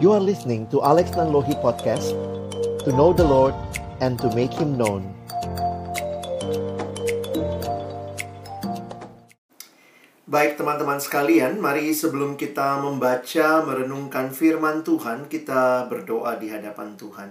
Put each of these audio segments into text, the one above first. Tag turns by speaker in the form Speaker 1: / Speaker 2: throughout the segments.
Speaker 1: You are listening to Alex Nanlohi Podcast, to know the Lord and to make Him known.
Speaker 2: Baik teman-teman sekalian, mari sebelum kita membaca, merenungkan firman Tuhan, kita berdoa di hadapan Tuhan.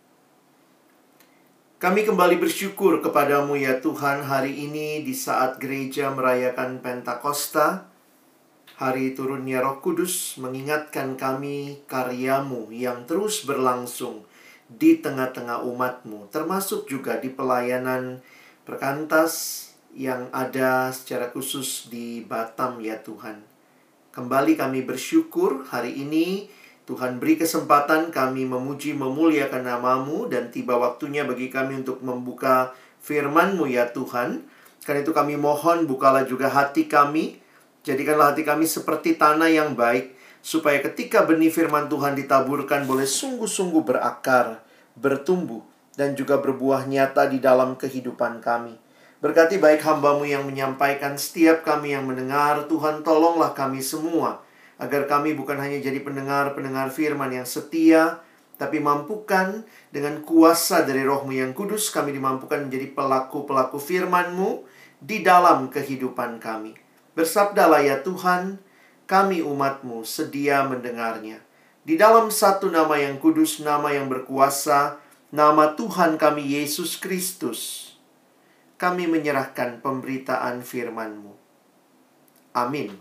Speaker 2: Kami kembali bersyukur kepadamu ya Tuhan, hari ini di saat gereja merayakan Pentakosta, hari turunnya Roh Kudus mengingatkan kami karyamu yang terus berlangsung di tengah-tengah umatmu, termasuk juga di pelayanan perkantas yang ada secara khusus di Batam ya Tuhan. Kembali kami bersyukur hari ini Tuhan beri kesempatan kami memuji memuliakan namamu, dan tiba waktunya bagi kami untuk membuka firman-Mu ya Tuhan. Karena itu kami mohon bukalah juga hati kami, jadikanlah hati kami seperti tanah yang baik, supaya ketika benih firman Tuhan ditaburkan boleh sungguh-sungguh berakar, bertumbuh, dan juga berbuah nyata di dalam kehidupan kami. Berkati baik hamba-Mu yang menyampaikan, setiap kami yang mendengar. Tuhan tolonglah kami semua, agar kami bukan hanya jadi pendengar-pendengar firman yang setia, tapi mampukan dengan kuasa dari Roh-Mu yang kudus, kami dimampukan menjadi pelaku-pelaku firman-Mu di dalam kehidupan kami. Bersabdalah ya Tuhan, kami umat-Mu sedia mendengarnya. Di dalam satu nama yang kudus, nama yang berkuasa, nama Tuhan kami Yesus Kristus, kami menyerahkan pemberitaan firman-Mu. Amin.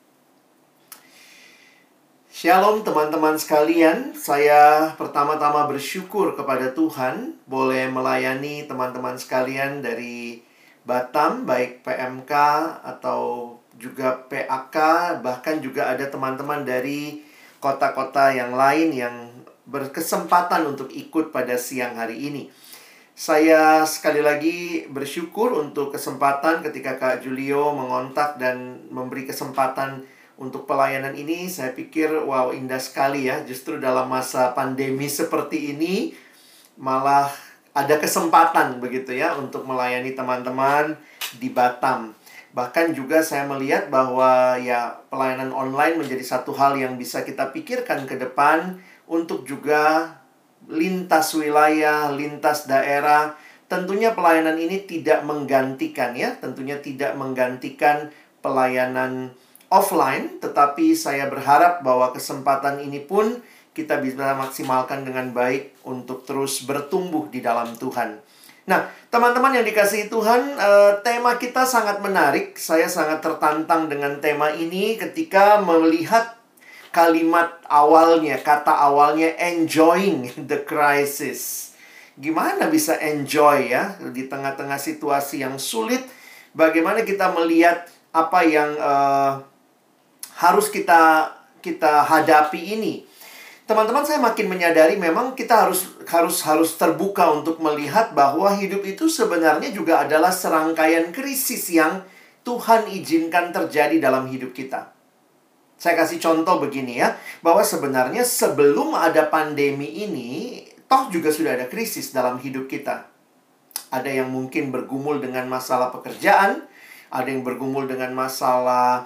Speaker 2: Shalom teman-teman sekalian, saya pertama-tama bersyukur kepada Tuhan boleh melayani teman-teman sekalian dari Batam, baik PMK atau juga PAK, bahkan juga ada teman-teman dari kota-kota yang lain yang berkesempatan untuk ikut pada siang hari ini. Saya sekali lagi bersyukur untuk kesempatan ketika Kak Julio mengontak dan memberi kesempatan untuk pelayanan ini. Saya pikir wow, indah sekali ya. Justru dalam masa pandemi seperti ini malah ada kesempatan begitu ya untuk melayani teman-teman di Batam. Bahkan juga saya melihat bahwa ya pelayanan online menjadi satu hal yang bisa kita pikirkan ke depan untuk juga lintas wilayah, lintas daerah. Tentunya pelayanan ini tidak menggantikan ya, tentunya tidak menggantikan pelayanan offline, tetapi saya berharap bahwa kesempatan ini pun kita bisa maksimalkan dengan baik untuk terus bertumbuh di dalam Tuhan. Nah, teman-teman yang dikasihi Tuhan, tema kita sangat menarik. Saya sangat tertantang dengan tema ini ketika melihat kalimat awalnya, kata awalnya enjoying the crisis. Gimana bisa enjoy ya di tengah-tengah situasi yang sulit? Bagaimana kita melihat apa yang harus kita hadapi ini? Teman-teman, saya makin menyadari memang kita harus terbuka untuk melihat bahwa hidup itu sebenarnya juga adalah serangkaian krisis yang Tuhan izinkan terjadi dalam hidup kita. Saya kasih contoh begini ya, bahwa sebenarnya sebelum ada pandemi ini, toh juga sudah ada krisis dalam hidup kita. Ada yang mungkin bergumul dengan masalah pekerjaan, ada yang bergumul dengan masalah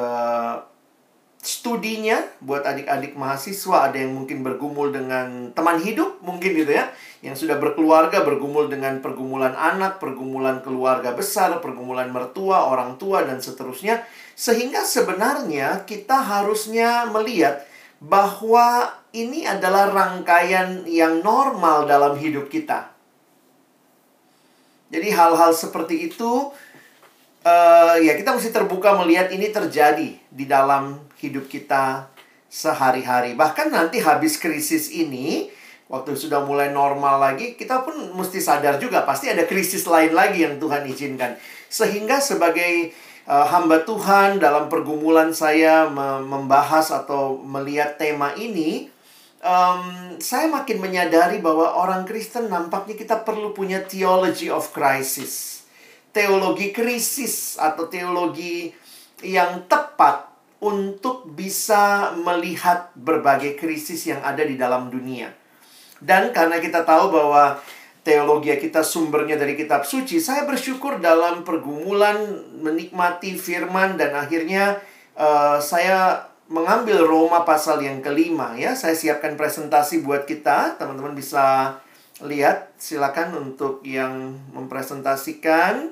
Speaker 2: studinya buat adik-adik mahasiswa, ada yang mungkin bergumul dengan teman hidup mungkin gitu ya, yang sudah berkeluarga bergumul dengan pergumulan anak, pergumulan keluarga besar, pergumulan mertua, orang tua, dan seterusnya. Sehingga sebenarnya kita harusnya melihat bahwa ini adalah rangkaian yang normal dalam hidup kita. Jadi hal-hal seperti itu ya kita mesti terbuka melihat ini terjadi di dalam hidup kita sehari-hari. Bahkan nanti habis krisis ini, waktu sudah mulai normal lagi, kita pun mesti sadar juga pasti ada krisis lain lagi yang Tuhan izinkan. Sehingga sebagai hamba Tuhan dalam pergumulan saya membahas atau melihat tema ini, saya makin menyadari bahwa orang Kristen nampaknya kita perlu punya theology of crisis. Teologi krisis atau teologi yang tepat untuk bisa melihat berbagai krisis yang ada di dalam dunia. Dan karena kita tahu bahwa teologi kita sumbernya dari kitab suci, saya bersyukur dalam pergumulan menikmati firman, dan akhirnya saya mengambil Roma pasal yang kelima ya. Saya siapkan presentasi buat kita. Teman-teman bisa lihat. Silakan untuk yang mempresentasikan.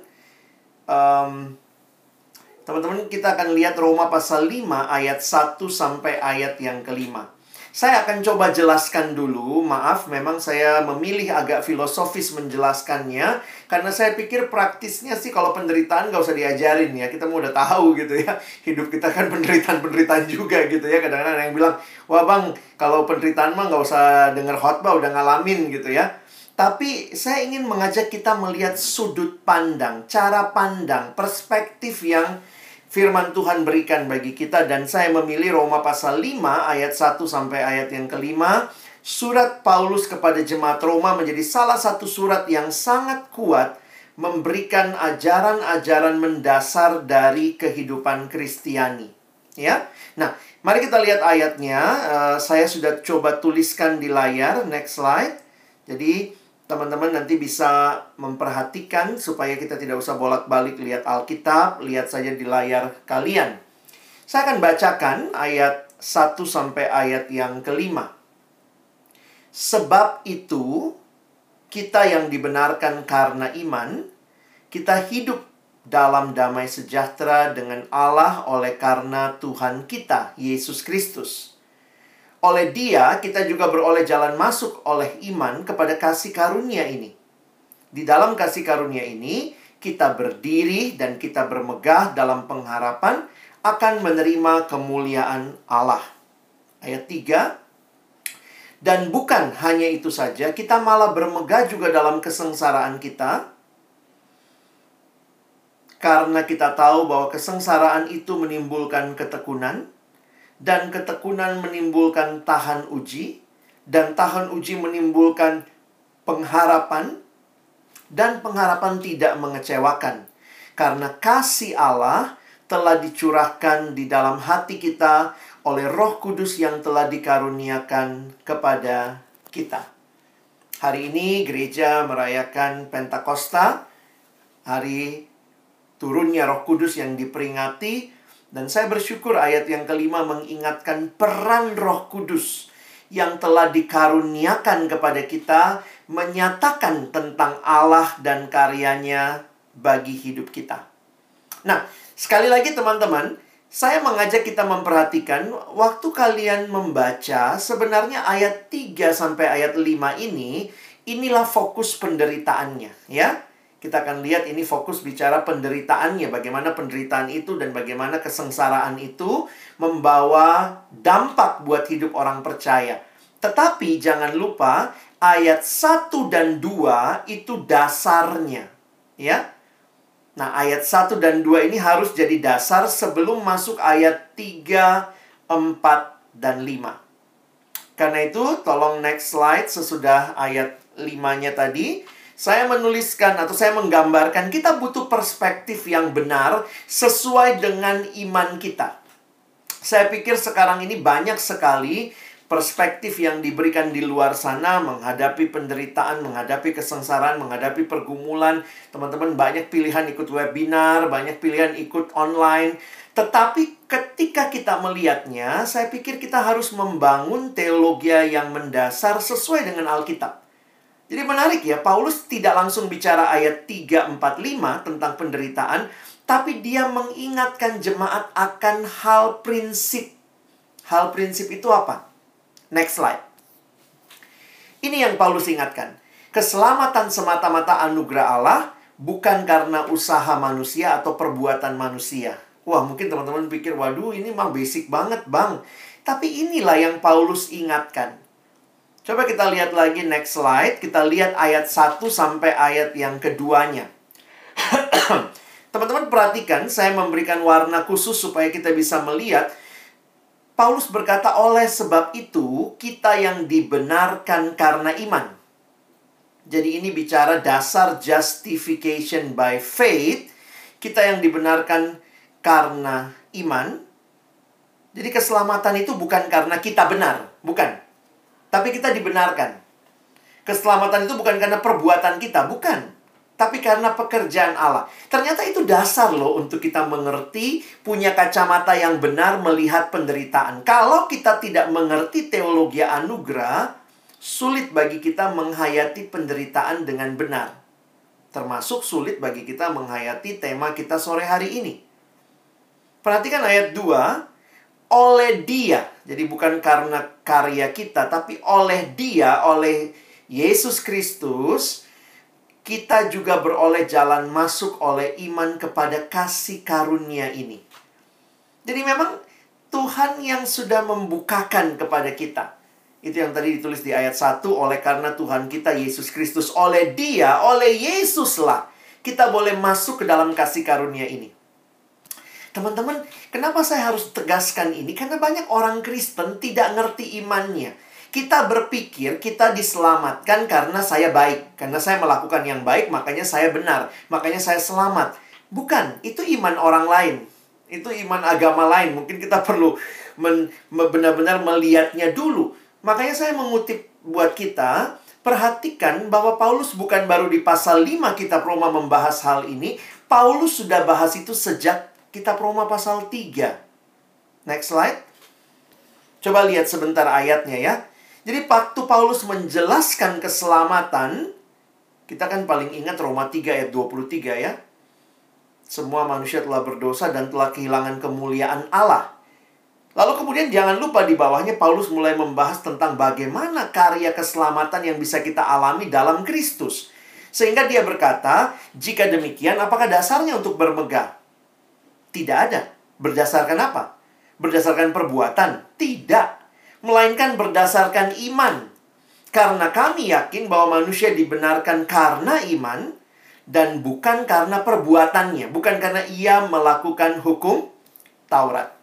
Speaker 2: Teman-teman, kita akan lihat Roma pasal 5 ayat 1 sampai ayat yang kelima. Saya akan coba jelaskan dulu. Maaf, memang saya memilih agak filosofis menjelaskannya. Karena saya pikir praktisnya sih kalau penderitaan gak usah diajarin ya. Kita mau udah tahu gitu ya. Hidup kita kan penderitaan-penderitaan juga gitu ya. Kadang-kadang ada yang bilang, wah bang, kalau penderitaan mah gak usah denger khotbah, udah ngalamin gitu ya. Tapi saya ingin mengajak kita melihat sudut pandang, cara pandang, perspektif yang firman Tuhan berikan bagi kita. Dan saya memilih Roma pasal 5 ayat 1 sampai ayat yang kelima. Surat Paulus kepada jemaat Roma menjadi salah satu surat yang sangat kuat, memberikan ajaran-ajaran mendasar dari kehidupan Kristiani. Ya, nah mari kita lihat ayatnya. Saya sudah coba tuliskan di layar. Next slide. Jadi teman-teman nanti bisa memperhatikan supaya kita tidak usah bolak-balik lihat Alkitab, lihat saja di layar kalian. Saya akan bacakan ayat 1 sampai ayat yang kelima. Sebab itu, kita yang dibenarkan karena iman, kita hidup dalam damai sejahtera dengan Allah oleh karena Tuhan kita, Yesus Kristus. Oleh Dia, kita juga beroleh jalan masuk oleh iman kepada kasih karunia ini. Di dalam kasih karunia ini, kita berdiri dan kita bermegah dalam pengharapan akan menerima kemuliaan Allah. Ayat 3. Dan bukan hanya itu saja, kita malah bermegah juga dalam kesengsaraan kita. Karena kita tahu bahwa kesengsaraan itu menimbulkan ketekunan. Dan ketekunan menimbulkan tahan uji. Dan tahan uji menimbulkan pengharapan. Dan pengharapan tidak mengecewakan. Karena kasih Allah telah dicurahkan di dalam hati kita oleh Roh Kudus yang telah dikaruniakan kepada kita. Hari ini gereja merayakan Pentakosta. Hari turunnya Roh Kudus yang diperingati. Dan saya bersyukur ayat yang kelima mengingatkan peran Roh Kudus yang telah dikaruniakan kepada kita, menyatakan tentang Allah dan karyanya bagi hidup kita. Nah, sekali lagi teman-teman, saya mengajak kita memperhatikan waktu kalian membaca sebenarnya ayat 3 sampai ayat 5 ini, inilah fokus penderitaannya, ya. Kita akan lihat ini fokus bicara penderitaannya, bagaimana penderitaan itu dan bagaimana kesengsaraan itu membawa dampak buat hidup orang percaya. Tetapi jangan lupa ayat 1 dan 2 itu dasarnya, ya. Nah, ayat 1 dan 2 ini harus jadi dasar sebelum masuk ayat 3, 4, dan 5. Karena itu, tolong next slide sesudah ayat 5-nya tadi. Saya menuliskan atau saya menggambarkan kita butuh perspektif yang benar sesuai dengan iman kita. Saya pikir sekarang ini banyak sekali perspektif yang diberikan di luar sana menghadapi penderitaan, menghadapi kesengsaraan, menghadapi pergumulan. Teman-teman banyak pilihan ikut webinar, banyak pilihan ikut online. Tetapi ketika kita melihatnya, saya pikir kita harus membangun teologi yang mendasar sesuai dengan Alkitab. Jadi menarik ya, Paulus tidak langsung bicara ayat 3, 4, 5 tentang penderitaan, tapi dia mengingatkan jemaat akan hal prinsip. Hal prinsip itu apa? Next slide. Ini yang Paulus ingatkan. Keselamatan semata-mata anugerah Allah, bukan karena usaha manusia atau perbuatan manusia. Wah, mungkin teman-teman pikir, waduh ini mah basic banget bang. Tapi inilah yang Paulus ingatkan. Coba kita lihat lagi next slide. Kita lihat ayat 1 sampai ayat yang keduanya. Teman-teman perhatikan, saya memberikan warna khusus supaya kita bisa melihat. Paulus berkata, oleh sebab itu, kita yang dibenarkan karena iman. Jadi ini bicara dasar justification by faith. Kita yang dibenarkan karena iman. Jadi keselamatan itu bukan karena kita benar. Bukan. Tapi kita dibenarkan. Keselamatan itu bukan karena perbuatan kita, bukan. tapi karena pekerjaan Allah. Ternyata itu dasar loh untuk kita mengerti, punya kacamata yang benar melihat penderitaan. Kalau kita tidak mengerti teologi anugerah, sulit bagi kita menghayati penderitaan dengan benar. Termasuk sulit bagi kita menghayati tema kita sore hari ini. Perhatikan ayat 2. Oleh Dia, jadi bukan karena karya kita, tapi oleh Dia, oleh Yesus Kristus, kita juga beroleh jalan masuk oleh iman kepada kasih karunia ini. Jadi memang Tuhan yang sudah membukakan kepada kita. Itu yang tadi ditulis di ayat 1. Oleh karena Tuhan kita Yesus Kristus, oleh Dia, oleh Yesuslah kita boleh masuk ke dalam kasih karunia ini. Teman-teman, kenapa saya harus tegaskan ini? Karena banyak orang Kristen tidak ngerti imannya. Kita berpikir kita diselamatkan karena saya baik. Karena saya melakukan yang baik, makanya saya benar. Makanya saya selamat. Bukan, itu iman orang lain. Itu iman agama lain. Mungkin kita perlu benar-benar melihatnya dulu. Makanya saya mengutip buat kita, perhatikan bahwa Paulus bukan baru di pasal 5 kitab Roma membahas hal ini. Paulus sudah bahas itu sejak kitab Roma pasal 3. Next slide. Coba lihat sebentar ayatnya ya. Jadi waktu Paulus menjelaskan keselamatan, kita kan paling ingat Roma 3 ayat 23 ya. Semua manusia telah berdosa dan telah kehilangan kemuliaan Allah. Lalu kemudian jangan lupa di bawahnya Paulus mulai membahas tentang bagaimana karya keselamatan yang bisa kita alami dalam Kristus. Sehingga dia berkata, jika demikian apakah dasarnya untuk bermegah? Tidak ada. Berdasarkan apa? Berdasarkan perbuatan? Tidak. Melainkan berdasarkan iman. Karena kami yakin bahwa manusia dibenarkan karena iman dan bukan karena perbuatannya. Bukan karena ia melakukan hukum Taurat.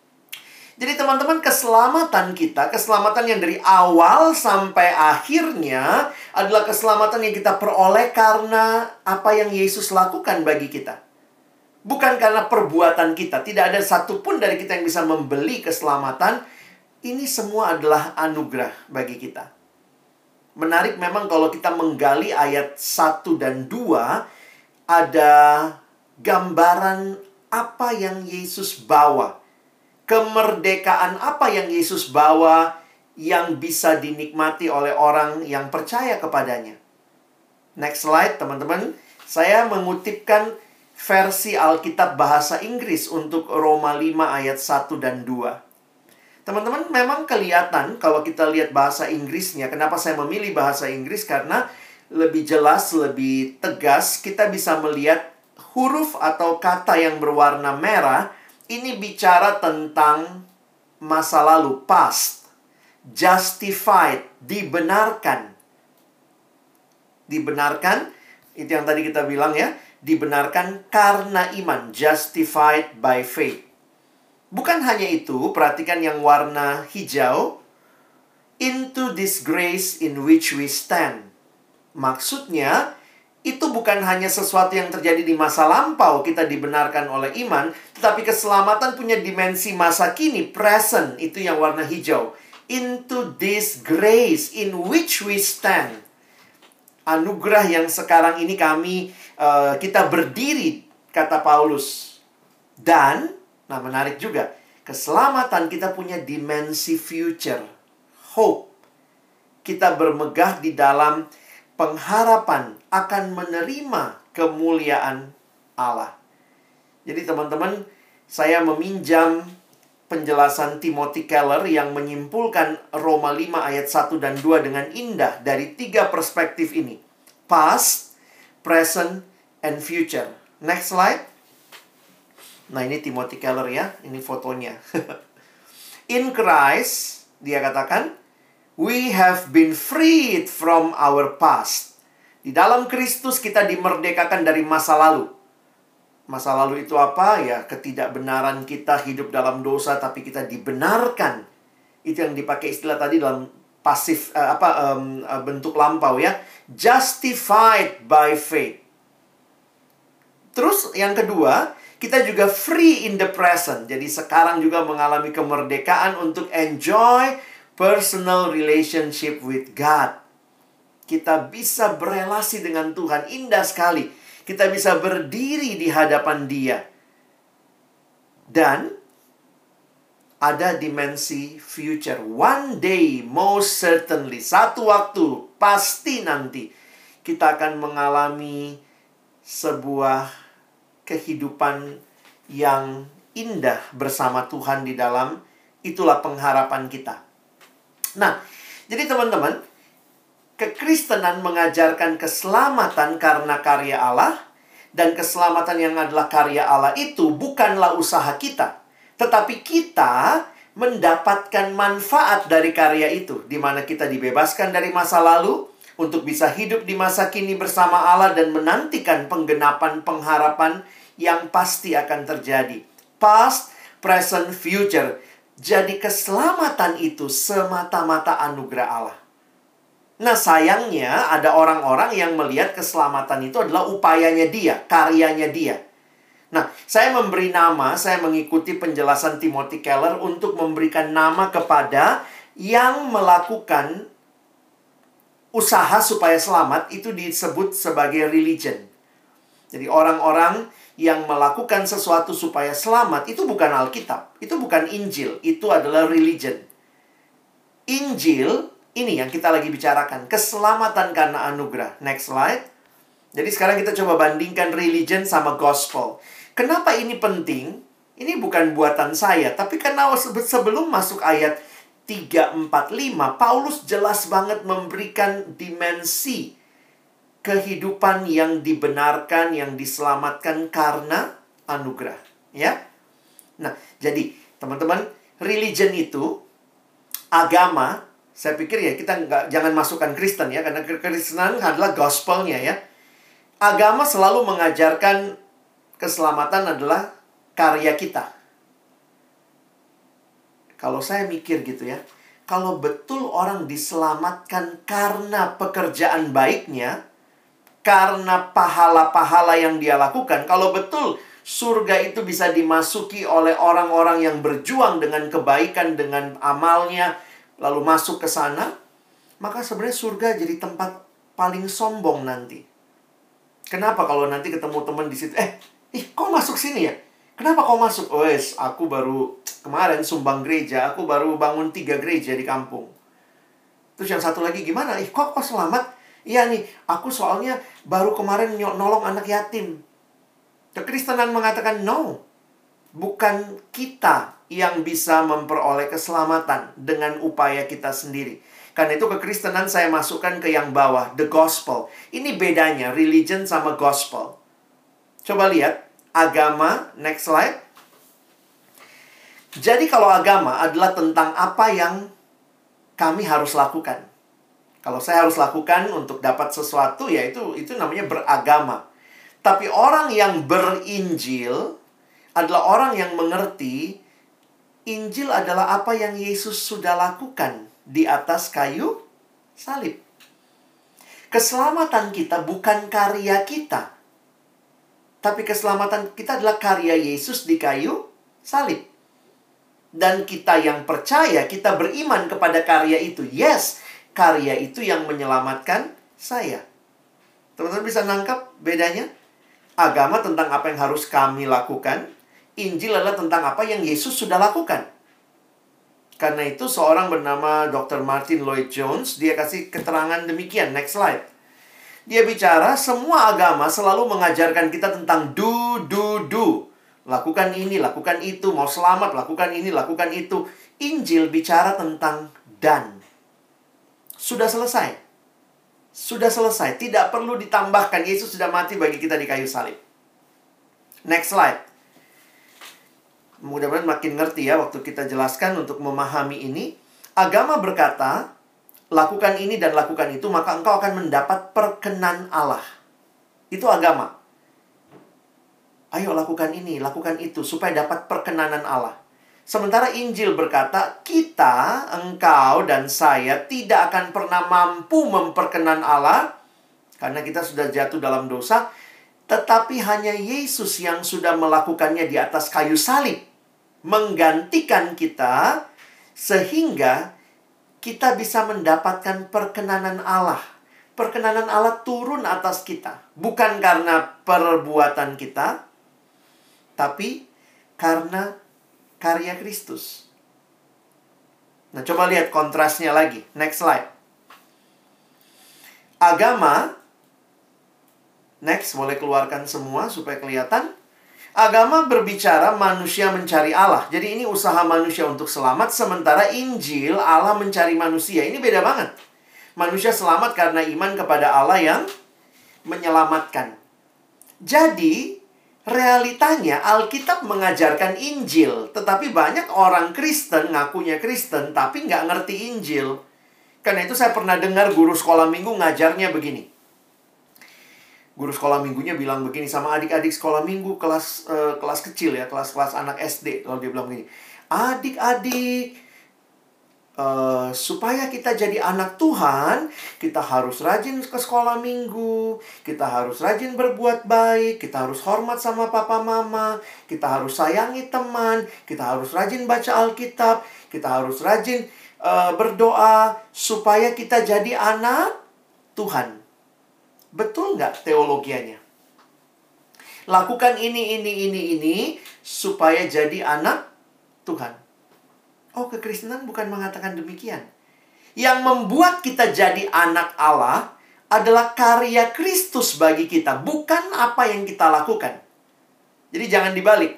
Speaker 2: Jadi teman-teman, keselamatan kita, keselamatan yang dari awal sampai akhirnya adalah keselamatan yang kita peroleh karena apa yang Yesus lakukan bagi kita. Bukan karena perbuatan kita. Tidak ada satupun dari kita yang bisa membeli keselamatan. Ini semua adalah anugerah bagi kita. Menarik memang kalau kita menggali ayat 1 dan 2, ada gambaran apa yang Yesus bawa. Kemerdekaan apa yang Yesus bawa yang bisa dinikmati oleh orang yang percaya kepadanya. Next slide, teman-teman. Saya mengutipkan versi Alkitab bahasa Inggris untuk Roma 5 ayat 1 dan 2. Teman-teman, memang kelihatan kalau kita lihat bahasa Inggrisnya. Kenapa saya memilih bahasa Inggris? Karena lebih jelas, lebih tegas. Kita bisa melihat huruf atau kata yang berwarna merah. Ini bicara tentang masa lalu, past. Justified, dibenarkan. Dibenarkan, itu yang tadi kita bilang ya. Dibenarkan karena iman. Justified by faith. Bukan hanya itu, perhatikan yang warna hijau. Into this grace in which we stand. Maksudnya, itu bukan hanya sesuatu yang terjadi di masa lampau, kita dibenarkan oleh iman, tetapi keselamatan punya dimensi masa kini, present, itu yang warna hijau. Into this grace in which we stand. Anugerah yang sekarang ini kita berdiri, kata Paulus. Dan nah, menarik juga. Keselamatan kita punya dimensi future. Hope. Kita bermegah di dalam pengharapan akan menerima kemuliaan Allah. Jadi teman-teman, saya meminjam penjelasan Timothy Keller yang menyimpulkan Roma 5 ayat 1 dan 2 dengan indah dari 3 perspektif ini. Past, present, and future. Next slide. Nah, ini Timothy Keller ya. Ini fotonya. In Christ, dia katakan, we have been freed from our past. Di dalam Kristus kita dimerdekakan dari masa lalu. Masa lalu itu apa? Ya, ketidakbenaran kita hidup dalam dosa, tapi kita dibenarkan. Itu yang dipakai istilah tadi dalam pasif, bentuk lampau ya. Justified by faith. Terus yang kedua, kita juga free in the present. Jadi sekarang juga mengalami kemerdekaan untuk enjoy personal relationship with God. kita bisa berelasi dengan Tuhan. Indah sekali. Kita bisa berdiri di hadapan Dia. Dan ada dimensi future. One day, most certainly, satu waktu, pasti nanti, kita akan mengalami sebuah kehidupan yang indah bersama Tuhan di dalam. Itulah pengharapan kita. Nah, jadi teman-teman, kekristenan mengajarkan keselamatan karena karya Allah. Dan keselamatan yang adalah karya Allah itu bukanlah usaha kita. Tetapi kita mendapatkan manfaat dari karya itu. Di mana kita dibebaskan dari masa lalu untuk bisa hidup di masa kini bersama Allah dan menantikan penggenapan pengharapan yang pasti akan terjadi. Past, present, future. Jadi keselamatan itu semata-mata anugerah Allah. Nah, sayangnya ada orang-orang yang melihat keselamatan itu adalah upayanya dia, karyanya dia. Nah, saya memberi nama, saya mengikuti penjelasan Timothy Keller untuk memberikan nama kepada yang melakukan usaha supaya selamat, itu disebut sebagai religion. Jadi orang-orang yang melakukan sesuatu supaya selamat, itu bukan Alkitab, itu bukan Injil, itu adalah religion. Injil, ini yang kita lagi bicarakan, keselamatan karena anugerah. Next slide. Jadi sekarang kita coba bandingkan religion sama gospel. Kenapa ini penting? Ini bukan buatan saya, tapi karena sebelum masuk ayat 3, 4, 5, Paulus jelas banget memberikan dimensi kehidupan yang dibenarkan, yang diselamatkan karena anugerah. Ya. Nah, jadi teman-teman, religion itu, agama, saya pikir ya kita jangan masukkan Kristen ya, karena kekristenan adalah gospelnya ya. Agama selalu mengajarkan keselamatan adalah karya kita. Kalau saya mikir gitu ya, kalau betul orang diselamatkan karena pekerjaan baiknya, karena pahala-pahala yang dia lakukan, kalau betul surga itu bisa dimasuki oleh orang-orang yang berjuang dengan kebaikan, dengan amalnya, lalu masuk ke sana, maka sebenarnya surga jadi tempat paling sombong nanti. Kenapa kalau nanti ketemu teman di situ, kau masuk sini ya? Kenapa kau masuk? Wes, aku baru kemarin sumbang gereja, aku baru bangun 3 gereja di kampung. Terus yang satu lagi gimana? Kok selamat? Iya nih, aku soalnya baru kemarin nolong anak yatim. Kekristenan mengatakan no. Bukan kita yang bisa memperoleh keselamatan dengan upaya kita sendiri. Karena itu kekristenan saya masukkan ke yang bawah, the gospel. Ini bedanya, religion sama gospel. Coba lihat, agama, next slide. Jadi kalau agama adalah tentang apa yang kami harus lakukan. Kalau saya harus lakukan untuk dapat sesuatu, ya itu namanya beragama. Tapi orang yang berinjil adalah orang yang mengerti Injil adalah apa yang Yesus sudah lakukan di atas kayu salib. Keselamatan kita bukan karya kita, tapi keselamatan kita adalah karya Yesus di kayu salib. Dan kita yang percaya, kita beriman kepada karya itu. Yes, karya itu yang menyelamatkan saya. Teman-teman bisa nangkap bedanya? Agama tentang apa yang harus kami lakukan. Injil adalah tentang apa yang Yesus sudah lakukan. Karena itu seorang bernama Dr. Martin Lloyd-Jones, dia kasih keterangan demikian. Next slide. Dia bicara, semua agama selalu mengajarkan kita tentang do. Lakukan ini, lakukan itu. Mau selamat, lakukan ini, lakukan itu. Injil bicara tentang dan. Sudah selesai. Sudah selesai. Tidak perlu ditambahkan. Yesus sudah mati bagi kita di kayu salib. Next slide. Mudah-mudahan makin ngerti ya waktu kita jelaskan untuk memahami ini. Agama berkata, lakukan ini dan lakukan itu, maka engkau akan mendapat perkenan Allah. Itu agama. Ayo lakukan ini, lakukan itu, supaya dapat perkenanan Allah. Sementara Injil berkata, kita, engkau dan saya tidak akan pernah mampu memperkenan Allah, karena kita sudah jatuh dalam dosa, tetapi hanya Yesus yang sudah melakukannya di atas kayu salib. Menggantikan kita sehingga kita bisa mendapatkan perkenanan Allah. Perkenanan Allah turun atas kita. Bukan karena perbuatan kita, tapi karena karya Kristus. Nah, coba lihat kontrasnya lagi. Next slide. Agama, next, boleh keluarkan semua supaya kelihatan. Agama berbicara manusia mencari Allah. Jadi ini usaha manusia untuk selamat. Sementara Injil, Allah mencari manusia. Ini beda banget. Manusia selamat karena iman kepada Allah yang menyelamatkan. Jadi, realitanya Alkitab mengajarkan Injil. Tetapi banyak orang Kristen, ngakunya Kristen, tapi nggak ngerti Injil. Karena itu saya pernah dengar guru sekolah minggu ngajarnya begini. Guru sekolah minggunya bilang begini sama adik-adik sekolah minggu kelas kecil ya, kelas anak SD. Kalau dia bilang begini, adik-adik, supaya kita jadi anak Tuhan, kita harus rajin ke sekolah minggu, kita harus rajin berbuat baik, kita harus hormat sama papa mama, kita harus sayangi teman, kita harus rajin baca Alkitab, kita harus rajin berdoa, supaya kita jadi anak Tuhan. Betul nggak teologianya? Lakukan ini, supaya jadi anak Tuhan. Oh, kekristenan bukan mengatakan demikian. Yang membuat kita jadi anak Allah adalah karya Kristus bagi kita, bukan apa yang kita lakukan. Jadi jangan dibalik.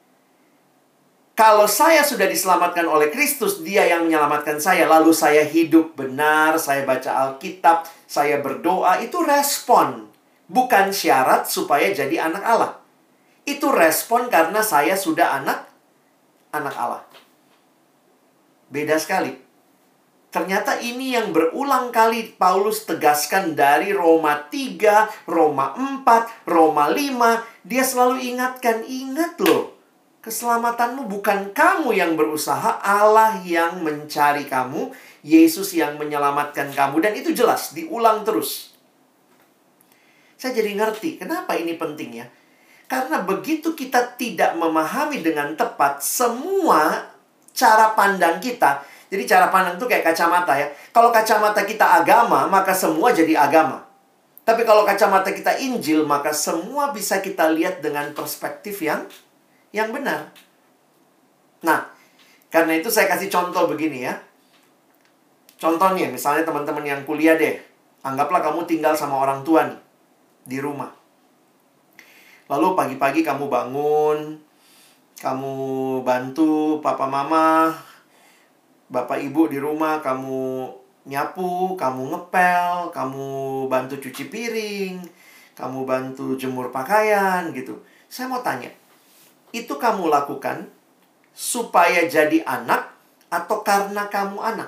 Speaker 2: Kalau saya sudah diselamatkan oleh Kristus, Dia yang menyelamatkan saya, lalu saya hidup benar, saya baca Alkitab, saya berdoa, itu respon. Bukan syarat supaya jadi anak Allah. Itu respon karena saya sudah anak Allah. Beda sekali. Ternyata ini yang berulang kali Paulus tegaskan dari Roma 3, Roma 4, Roma 5. Dia selalu ingatkan, ingat loh. Keselamatanmu bukan kamu yang berusaha, Allah yang mencari kamu, Yesus yang menyelamatkan kamu. Dan itu jelas, diulang terus. Saya jadi ngerti, kenapa ini penting ya? Karena begitu kita tidak memahami dengan tepat semua cara pandang kita. Jadi cara pandang itu kayak kacamata ya. Kalau kacamata kita agama, maka semua jadi agama. Tapi kalau kacamata kita Injil, maka semua bisa kita lihat dengan perspektif yang benar. Nah, karena itu saya kasih contoh begini ya. Contohnya, misalnya teman-teman yang kuliah deh. Anggaplah kamu tinggal sama orang tua nih, di rumah. Lalu pagi-pagi kamu bangun, kamu bantu papa mama, bapak ibu di rumah, kamu nyapu, kamu ngepel, kamu bantu cuci piring, kamu bantu jemur pakaian gitu. Saya mau tanya, itu kamu lakukan supaya jadi anak atau karena kamu anak?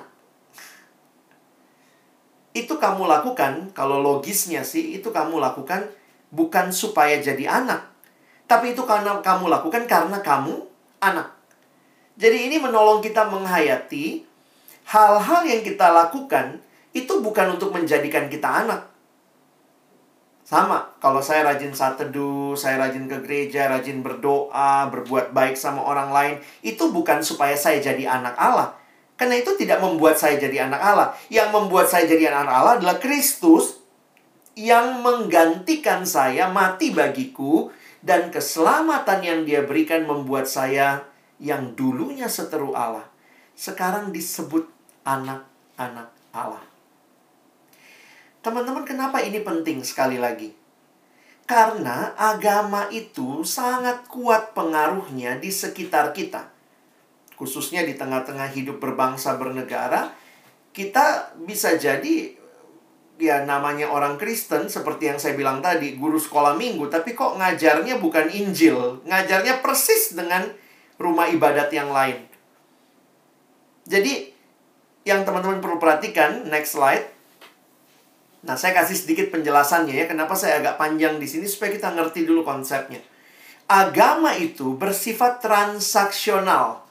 Speaker 2: Itu kamu lakukan, kalau logisnya sih, itu kamu lakukan bukan supaya jadi anak. Tapi itu karena kamu lakukan karena kamu anak. Jadi ini menolong kita menghayati hal-hal yang kita lakukan itu bukan untuk menjadikan kita anak. Sama, kalau saya rajin saat teduh, saya rajin ke gereja, rajin berdoa, berbuat baik sama orang lain, itu bukan supaya saya jadi anak Allah. Karena itu tidak membuat saya jadi anak Allah. Yang membuat saya jadi anak Allah adalah Kristus yang menggantikan saya, mati bagiku, dan keselamatan yang Dia berikan membuat saya yang dulunya seteru Allah, sekarang disebut anak-anak Allah. Teman-teman, kenapa ini penting sekali lagi? Karena agama itu sangat kuat pengaruhnya di sekitar kita. Khususnya di tengah-tengah hidup berbangsa bernegara, kita bisa jadi, ya namanya orang Kristen, seperti yang saya bilang tadi, guru sekolah minggu, tapi kok ngajarnya bukan Injil. Ngajarnya persis dengan rumah ibadat yang lain. Jadi, yang teman-teman perlu perhatikan, next slide. Nah, saya kasih sedikit penjelasannya ya, kenapa saya agak panjang di sini supaya kita ngerti dulu konsepnya. Agama itu bersifat transaksional.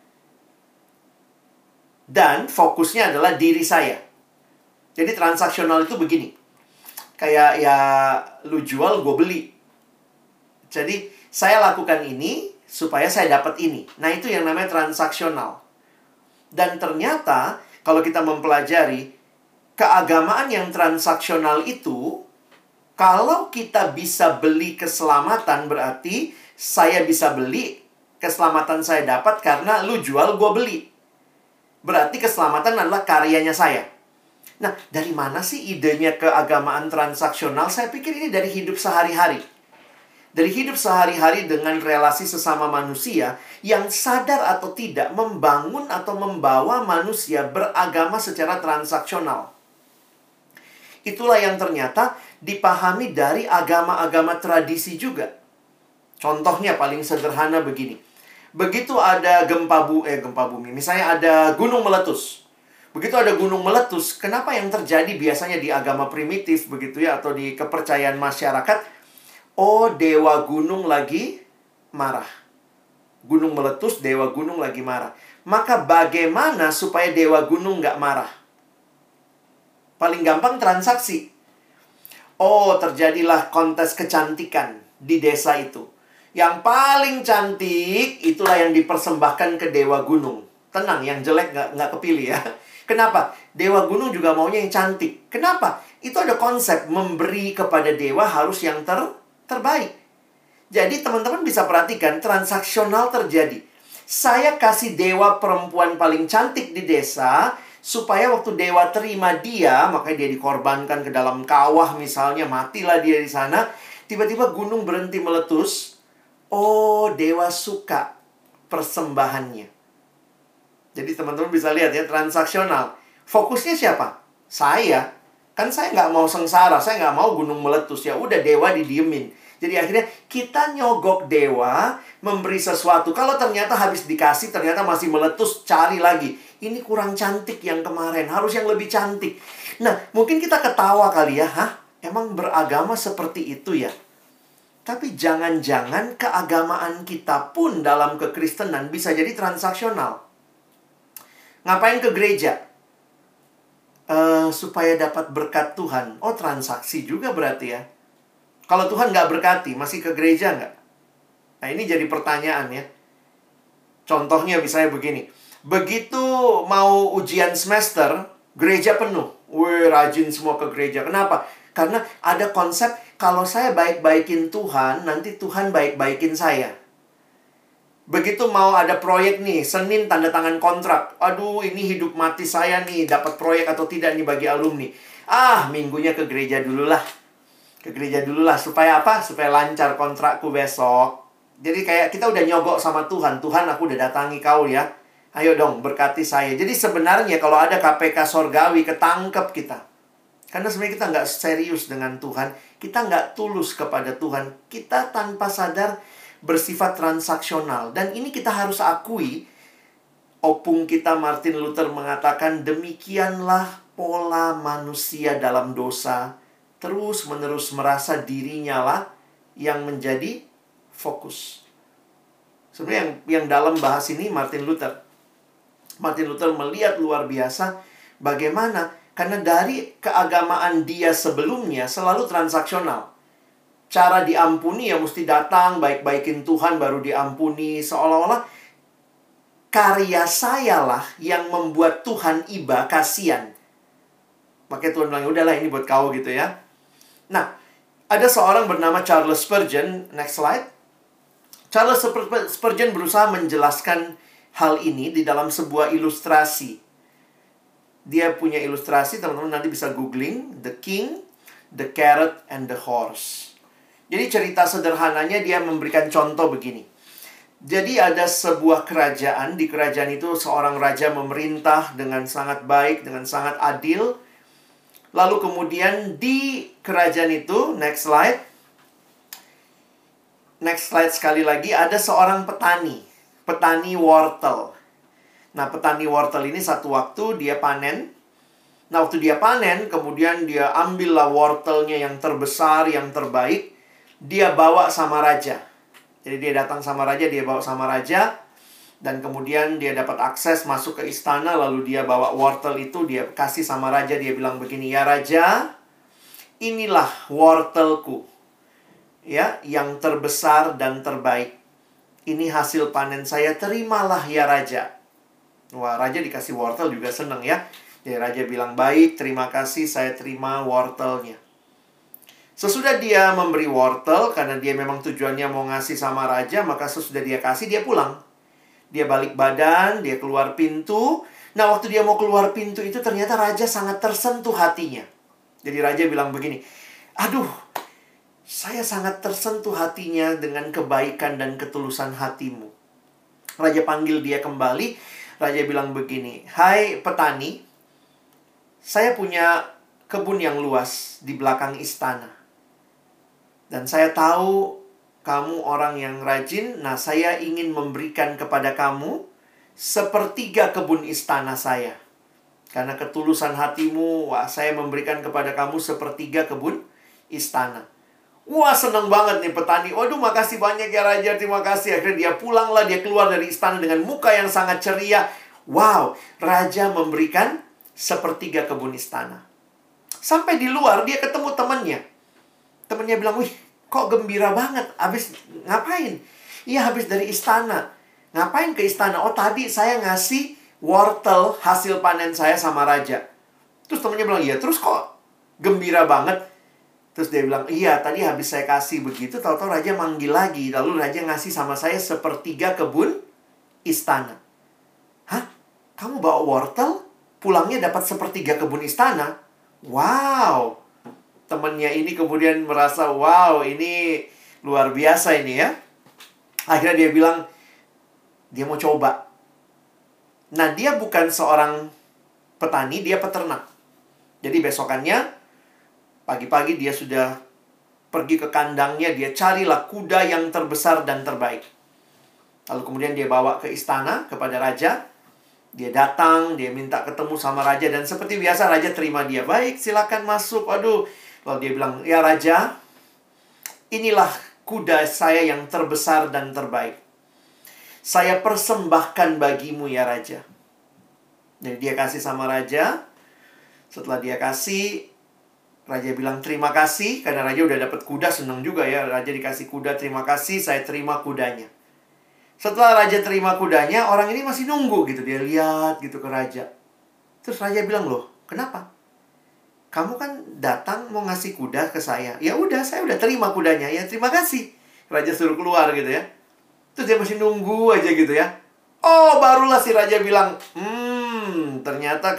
Speaker 2: Dan fokusnya adalah diri saya. Jadi transaksional itu begini. Kayak ya lu jual, gue beli. Jadi saya lakukan ini supaya saya dapat ini. Nah, itu yang namanya transaksional. Dan ternyata kalau kita mempelajari, keagamaan yang transaksional itu, kalau kita bisa beli keselamatan, berarti saya bisa beli, keselamatan saya dapat karena lu jual, gue beli. Berarti keselamatan adalah karyanya saya. Nah, dari mana sih idenya keagamaan transaksional? Saya pikir ini dari hidup sehari-hari. Dari hidup sehari-hari dengan relasi sesama manusia yang sadar atau tidak membangun atau membawa manusia beragama secara transaksional. Itulah yang ternyata dipahami dari agama-agama tradisi juga. Contohnya paling sederhana begini. Begitu ada gempa bumi, misalnya ada gunung meletus. Begitu ada gunung meletus, kenapa yang terjadi biasanya di agama primitif begitu ya, atau di kepercayaan masyarakat? Oh, dewa gunung lagi marah. Gunung meletus, dewa gunung lagi marah. Maka bagaimana supaya dewa gunung nggak marah? Paling gampang transaksi. Oh, terjadilah kontes kecantikan di desa itu. Yang paling cantik, itulah yang dipersembahkan ke dewa gunung. Tenang, yang jelek nggak kepilih ya. Kenapa? Dewa gunung juga maunya yang cantik. Kenapa? Itu ada konsep memberi kepada dewa harus yang terbaik. Jadi teman-teman bisa perhatikan, transaksional terjadi. Saya kasih dewa perempuan paling cantik di desa, supaya waktu dewa terima dia, makanya dia dikorbankan ke dalam kawah misalnya, matilah dia di sana. Tiba-tiba gunung berhenti meletus. Oh, dewa suka persembahannya. Jadi teman-teman bisa lihat ya, transaksional. Fokusnya siapa? Saya. Kan saya nggak mau sengsara, saya nggak mau gunung meletus. Ya udah, dewa didiemin. Jadi akhirnya kita nyogok dewa, memberi sesuatu. Kalau ternyata habis dikasih, ternyata masih meletus, cari lagi. Ini kurang cantik yang kemarin, harus yang lebih cantik. Nah, mungkin kita ketawa kali ya, hah? Emang beragama seperti itu ya? Tapi jangan-jangan keagamaan kita pun dalam kekristenan bisa jadi transaksional. Ngapain ke gereja? Supaya dapat berkat Tuhan. Oh, transaksi juga berarti ya. Kalau Tuhan nggak berkati, masih ke gereja nggak? Nah, ini jadi pertanyaan ya. Contohnya misalnya begini. Begitu mau ujian semester, gereja penuh. Wih, rajin semua ke gereja. Kenapa? Karena ada konsep, kalau saya baik-baikin Tuhan, nanti Tuhan baik-baikin saya. Begitu mau ada proyek nih, Senin tanda tangan kontrak. Aduh, ini hidup mati saya nih, dapat proyek atau tidak nih bagi alumni. Minggunya ke gereja dulu lah. Ke gereja dulu lah, supaya apa? Supaya lancar kontrakku besok. Jadi kayak kita udah nyogok sama Tuhan. Tuhan, aku udah datangi kau ya. Ayo dong, berkati saya. Jadi sebenarnya kalau ada KPK sorgawi, ketangkep kita. Karena sebenarnya kita nggak serius dengan Tuhan. Kita nggak tulus kepada Tuhan. Kita tanpa sadar bersifat transaksional. Dan ini kita harus akui. Opung kita Martin Luther mengatakan, demikianlah pola manusia dalam dosa. Terus-menerus merasa dirinya lah yang menjadi fokus. Sebenarnya yang dalam bahas ini Martin Luther melihat luar biasa bagaimana. Karena dari keagamaan dia sebelumnya selalu transaksional. Cara diampuni ya mesti datang, baik-baikin Tuhan baru diampuni. Seolah-olah karya sayalah yang membuat Tuhan iba, kasihan. Makanya Tuhan bilang, udahlah ini buat kau gitu ya. Nah, ada seorang bernama Charles Spurgeon. Next slide. Charles Spurgeon berusaha menjelaskan hal ini di dalam sebuah ilustrasi. Dia punya ilustrasi, teman-teman nanti bisa googling. The King, the Carrot, and the Horse. Jadi cerita sederhananya dia memberikan contoh begini. Jadi ada sebuah kerajaan. Di kerajaan itu seorang raja memerintah dengan sangat baik, dengan sangat adil. Lalu kemudian di kerajaan itu, next slide. Next slide sekali lagi, ada seorang petani. Petani wortel. Nah, petani wortel ini satu waktu dia panen. Nah, waktu dia panen, kemudian dia ambillah wortelnya yang terbesar, yang terbaik. Dia bawa sama raja. Jadi dia datang sama raja, dia bawa sama raja. Dan kemudian dia dapat akses masuk ke istana. Lalu dia bawa wortel itu, dia kasih sama raja. Dia bilang begini, ya raja, inilah wortelku. Ya, yang terbesar dan terbaik. Ini hasil panen saya, terimalah ya raja. Wah, raja dikasih wortel juga seneng ya. Jadi raja bilang, baik, terima kasih, saya terima wortelnya. Sesudah dia memberi wortel, karena dia memang tujuannya mau ngasih sama raja, maka sesudah dia kasih, dia pulang. Dia balik badan, dia keluar pintu. Nah, waktu dia mau keluar pintu itu, ternyata raja sangat tersentuh hatinya. Jadi raja bilang begini, aduh, saya sangat tersentuh hatinya dengan kebaikan dan ketulusan hatimu. Raja panggil dia kembali. Raja bilang begini, hai petani, saya punya kebun yang luas di belakang istana. Dan saya tahu kamu orang yang rajin. Nah, saya ingin memberikan kepada kamu sepertiga kebun istana saya. Karena ketulusan hatimu, wah, saya memberikan kepada kamu sepertiga kebun istana. Wah, seneng banget nih petani. Waduh, makasih banyak ya raja, terima kasih. Akhirnya dia pulanglah, dia keluar dari istana dengan muka yang sangat ceria. Wow, raja memberikan sepertiga kebun istana. Sampai di luar, dia ketemu temannya. Temannya bilang, wih, kok gembira banget. Habis ngapain? Iya, habis dari istana. Ngapain ke istana? Oh, tadi saya ngasih wortel hasil panen saya sama raja. Terus temannya bilang, iya, terus kok gembira banget? Terus dia bilang, iya, tadi habis saya kasih begitu, tahu-tahu raja manggil lagi. Lalu raja ngasih sama saya sepertiga kebun istana. Hah? Kamu bawa wortel? Pulangnya dapat sepertiga kebun istana? Wow! Temennya ini kemudian merasa, wow, ini luar biasa ini ya. Akhirnya dia bilang, dia mau coba. Nah, dia bukan seorang petani, dia peternak. Jadi besokannya, pagi-pagi dia sudah pergi ke kandangnya, dia carilah kuda yang terbesar dan terbaik. Lalu kemudian dia bawa ke istana kepada raja. Dia datang, dia minta ketemu sama raja. Dan seperti biasa raja terima dia. Baik, silakan masuk. Aduh. Lalu dia bilang, ya raja, inilah kuda saya yang terbesar dan terbaik. Saya persembahkan bagimu ya raja. Jadi dia kasih sama raja. Setelah dia kasih, raja bilang terima kasih. Karena raja udah dapat kuda, senang juga ya. Raja dikasih kuda, terima kasih, saya terima kudanya. Setelah raja terima kudanya, orang ini masih nunggu gitu. Dia lihat gitu ke raja. Terus raja bilang, loh, kenapa? Kamu kan datang mau ngasih kuda ke saya. Ya udah, saya udah terima kudanya. Ya terima kasih. Raja suruh keluar gitu ya. Terus dia masih nunggu aja gitu ya. Oh, barulah si raja bilang, ternyata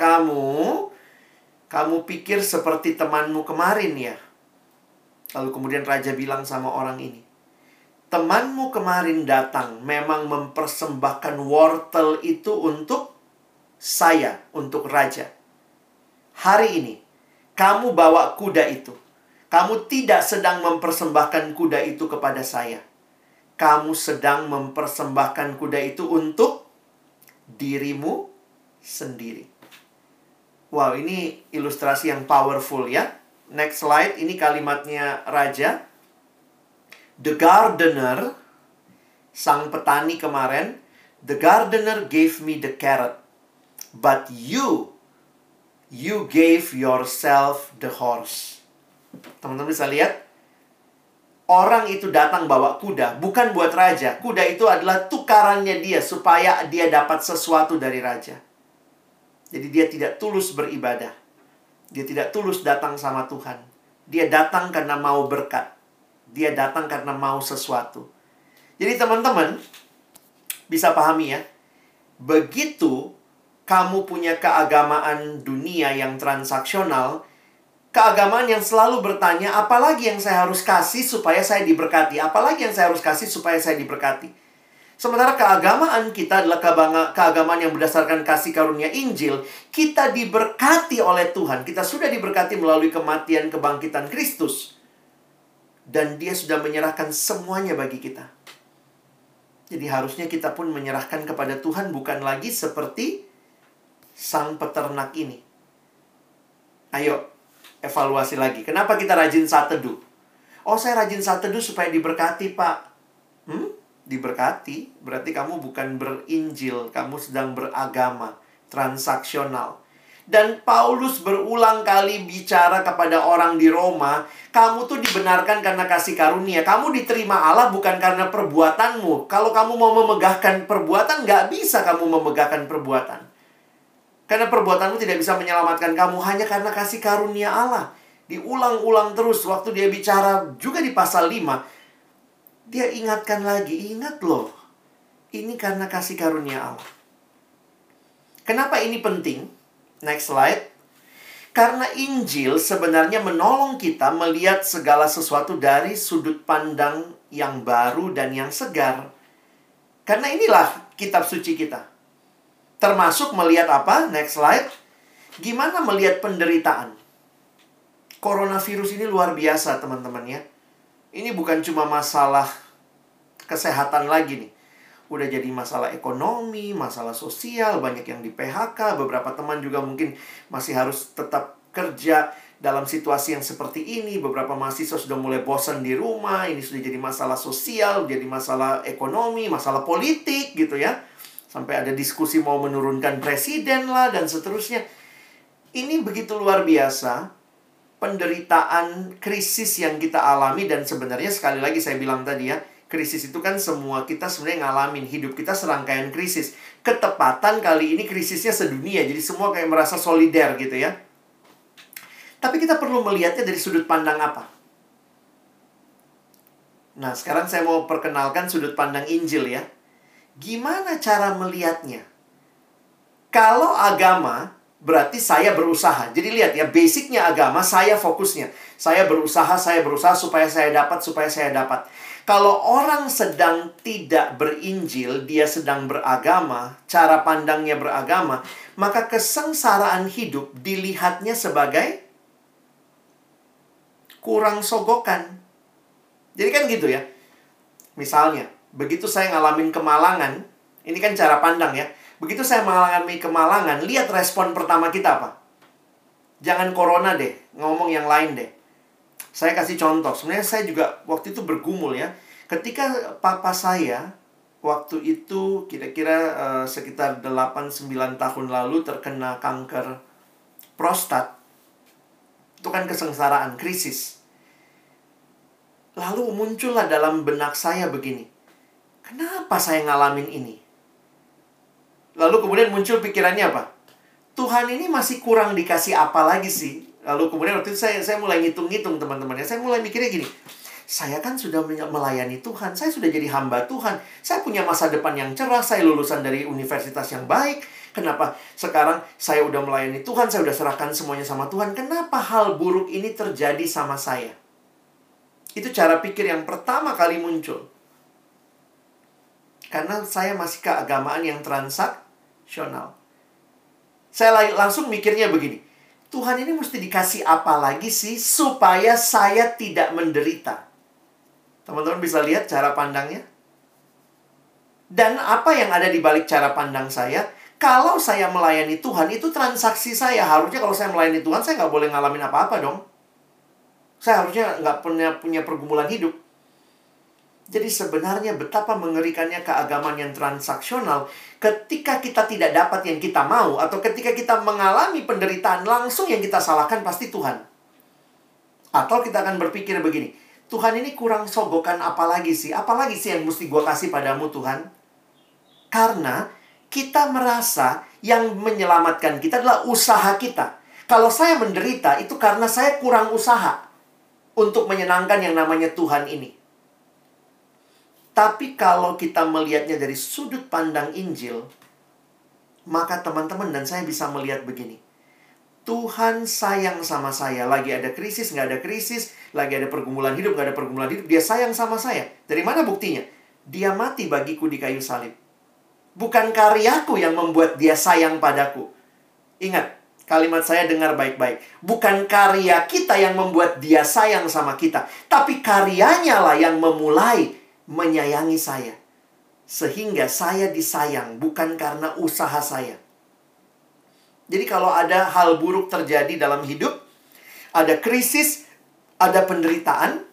Speaker 2: kamu pikir seperti temanmu kemarin ya. Lalu kemudian raja bilang sama orang ini, temanmu kemarin datang memang mempersembahkan wortel itu untuk saya, untuk raja. Hari ini, kamu bawa kuda itu. Kamu tidak sedang mempersembahkan kuda itu kepada saya. Kamu sedang mempersembahkan kuda itu untuk dirimu sendiri. Wow, ini ilustrasi yang powerful ya. Next slide, ini kalimatnya raja. The gardener, sang petani kemarin, the gardener gave me the carrot, but you gave yourself the horse. Teman-teman bisa lihat, orang itu datang bawa kuda, bukan buat raja. Kuda itu adalah tukarannya dia supaya dia dapat sesuatu dari raja. Jadi dia tidak tulus beribadah. Dia tidak tulus datang sama Tuhan. Dia datang karena mau berkat. Dia datang karena mau sesuatu. Jadi teman-teman bisa pahami ya. Begitu kamu punya keagamaan dunia yang transaksional, keagamaan yang selalu bertanya, apalagi yang saya harus kasih supaya saya diberkati? Apalagi yang saya harus kasih supaya saya diberkati? Sementara keagamaan kita adalah keagamaan yang berdasarkan kasih karunia Injil. Kita diberkati oleh Tuhan. Kita sudah diberkati melalui kematian kebangkitan Kristus. Dan dia sudah menyerahkan semuanya bagi kita. Jadi harusnya kita pun menyerahkan kepada Tuhan, bukan lagi seperti sang peternak ini. Ayo, evaluasi lagi. Kenapa kita rajin saat teduh? Oh, saya rajin saat teduh supaya diberkati, Pak. Diberkati, berarti kamu bukan berinjil, kamu sedang beragama, transaksional. Dan Paulus berulang kali bicara kepada orang di Roma, kamu tuh dibenarkan karena kasih karunia. Kamu diterima Allah bukan karena perbuatanmu. Kalau kamu mau memegahkan perbuatan, nggak bisa kamu memegahkan perbuatan. Karena perbuatanmu tidak bisa menyelamatkan kamu hanya karena kasih karunia Allah. Diulang-ulang terus waktu dia bicara juga di pasal 5. Dia ingatkan lagi, ingat loh. Ini karena kasih karunia Allah. Kenapa ini penting? Next slide. Karena Injil sebenarnya menolong kita melihat segala sesuatu dari sudut pandang yang baru dan yang segar. Karena inilah kitab suci kita. Termasuk melihat apa? Next slide. Gimana melihat penderitaan? Coronavirus ini luar biasa, teman-teman ya. Ini bukan cuma masalah kesehatan lagi nih. Udah jadi masalah ekonomi, masalah sosial, banyak yang di PHK, beberapa teman juga mungkin masih harus tetap kerja dalam situasi yang seperti ini. Beberapa mahasiswa sudah mulai bosan di rumah, ini sudah jadi masalah sosial, jadi masalah ekonomi, masalah politik gitu ya. Sampai ada diskusi mau menurunkan presiden lah dan seterusnya. Ini begitu luar biasa. Penderitaan, krisis yang kita alami. Dan sebenarnya sekali lagi saya bilang tadi ya. Krisis itu kan semua kita sebenarnya ngalamin. Hidup kita serangkaian krisis. Ketepatan kali ini krisisnya sedunia. Jadi semua kayak merasa solider gitu ya. Tapi kita perlu melihatnya dari sudut pandang apa? Nah sekarang saya mau perkenalkan sudut pandang Injil ya. Gimana cara melihatnya? Kalau agama, berarti saya berusaha. Jadi lihat ya, basicnya agama, saya fokusnya. Saya berusaha supaya saya dapat. Kalau orang sedang tidak berinjil, dia sedang beragama, cara pandangnya beragama, maka kesengsaraan hidup dilihatnya sebagai kurang sogokan. Jadi kan gitu ya. Misalnya, begitu saya ngalamin kemalangan, ini kan cara pandang ya. Begitu saya mengalami kemalangan, lihat respon pertama kita apa? Jangan corona deh, ngomong yang lain deh. Saya kasih contoh, sebenarnya saya juga waktu itu bergumul ya. Ketika papa saya, waktu itu kira-kira sekitar 8-9 tahun lalu terkena kanker prostat. Itu kan kesengsaraan, krisis. Lalu muncullah dalam benak saya begini. Kenapa saya ngalamin ini? Lalu kemudian muncul pikirannya apa? Tuhan ini masih kurang dikasih apa lagi sih? Lalu kemudian waktu itu saya mulai ngitung-ngitung teman-teman ya. Saya mulai mikirnya gini. Saya kan sudah melayani Tuhan. Saya sudah jadi hamba Tuhan. Saya punya masa depan yang cerah. Saya lulusan dari universitas yang baik. Kenapa sekarang saya udah melayani Tuhan? Saya udah serahkan semuanya sama Tuhan. Kenapa hal buruk ini terjadi sama saya? Itu cara pikir yang pertama kali muncul. Karena saya masih keagamaan yang transaksional. Saya langsung mikirnya begini. Tuhan ini mesti dikasih apa lagi sih supaya saya tidak menderita? Teman-teman bisa lihat cara pandangnya? Dan apa yang ada di balik cara pandang saya? Kalau saya melayani Tuhan, itu transaksi saya. Harusnya kalau saya melayani Tuhan, saya nggak boleh ngalamin apa-apa dong. Saya harusnya nggak punya pergumulan hidup. Jadi sebenarnya betapa mengerikannya keagamaan yang transaksional ketika kita tidak dapat yang kita mau atau ketika kita mengalami penderitaan langsung yang kita salahkan pasti Tuhan. Atau kita akan berpikir begini, Tuhan ini kurang sogokan apa lagi sih? Apa lagi sih yang mesti gua kasih padamu Tuhan? Karena kita merasa yang menyelamatkan kita adalah usaha kita. Kalau saya menderita itu karena saya kurang usaha untuk menyenangkan yang namanya Tuhan ini. Tapi kalau kita melihatnya dari sudut pandang Injil, maka teman-teman dan saya bisa melihat begini. Tuhan sayang sama saya. Lagi ada krisis, nggak ada krisis. Lagi ada pergumulan hidup, nggak ada pergumulan hidup. Dia sayang sama saya. Dari mana buktinya? Dia mati bagiku di kayu salib. Bukan karyaku yang membuat dia sayang padaku. Ingat, kalimat saya dengar baik-baik. Bukan karya kita yang membuat dia sayang sama kita. Tapi karyanya lah yang memulai menyayangi saya. Sehingga saya disayang bukan karena usaha saya. Jadi kalau ada hal buruk terjadi dalam hidup, ada krisis, ada penderitaan,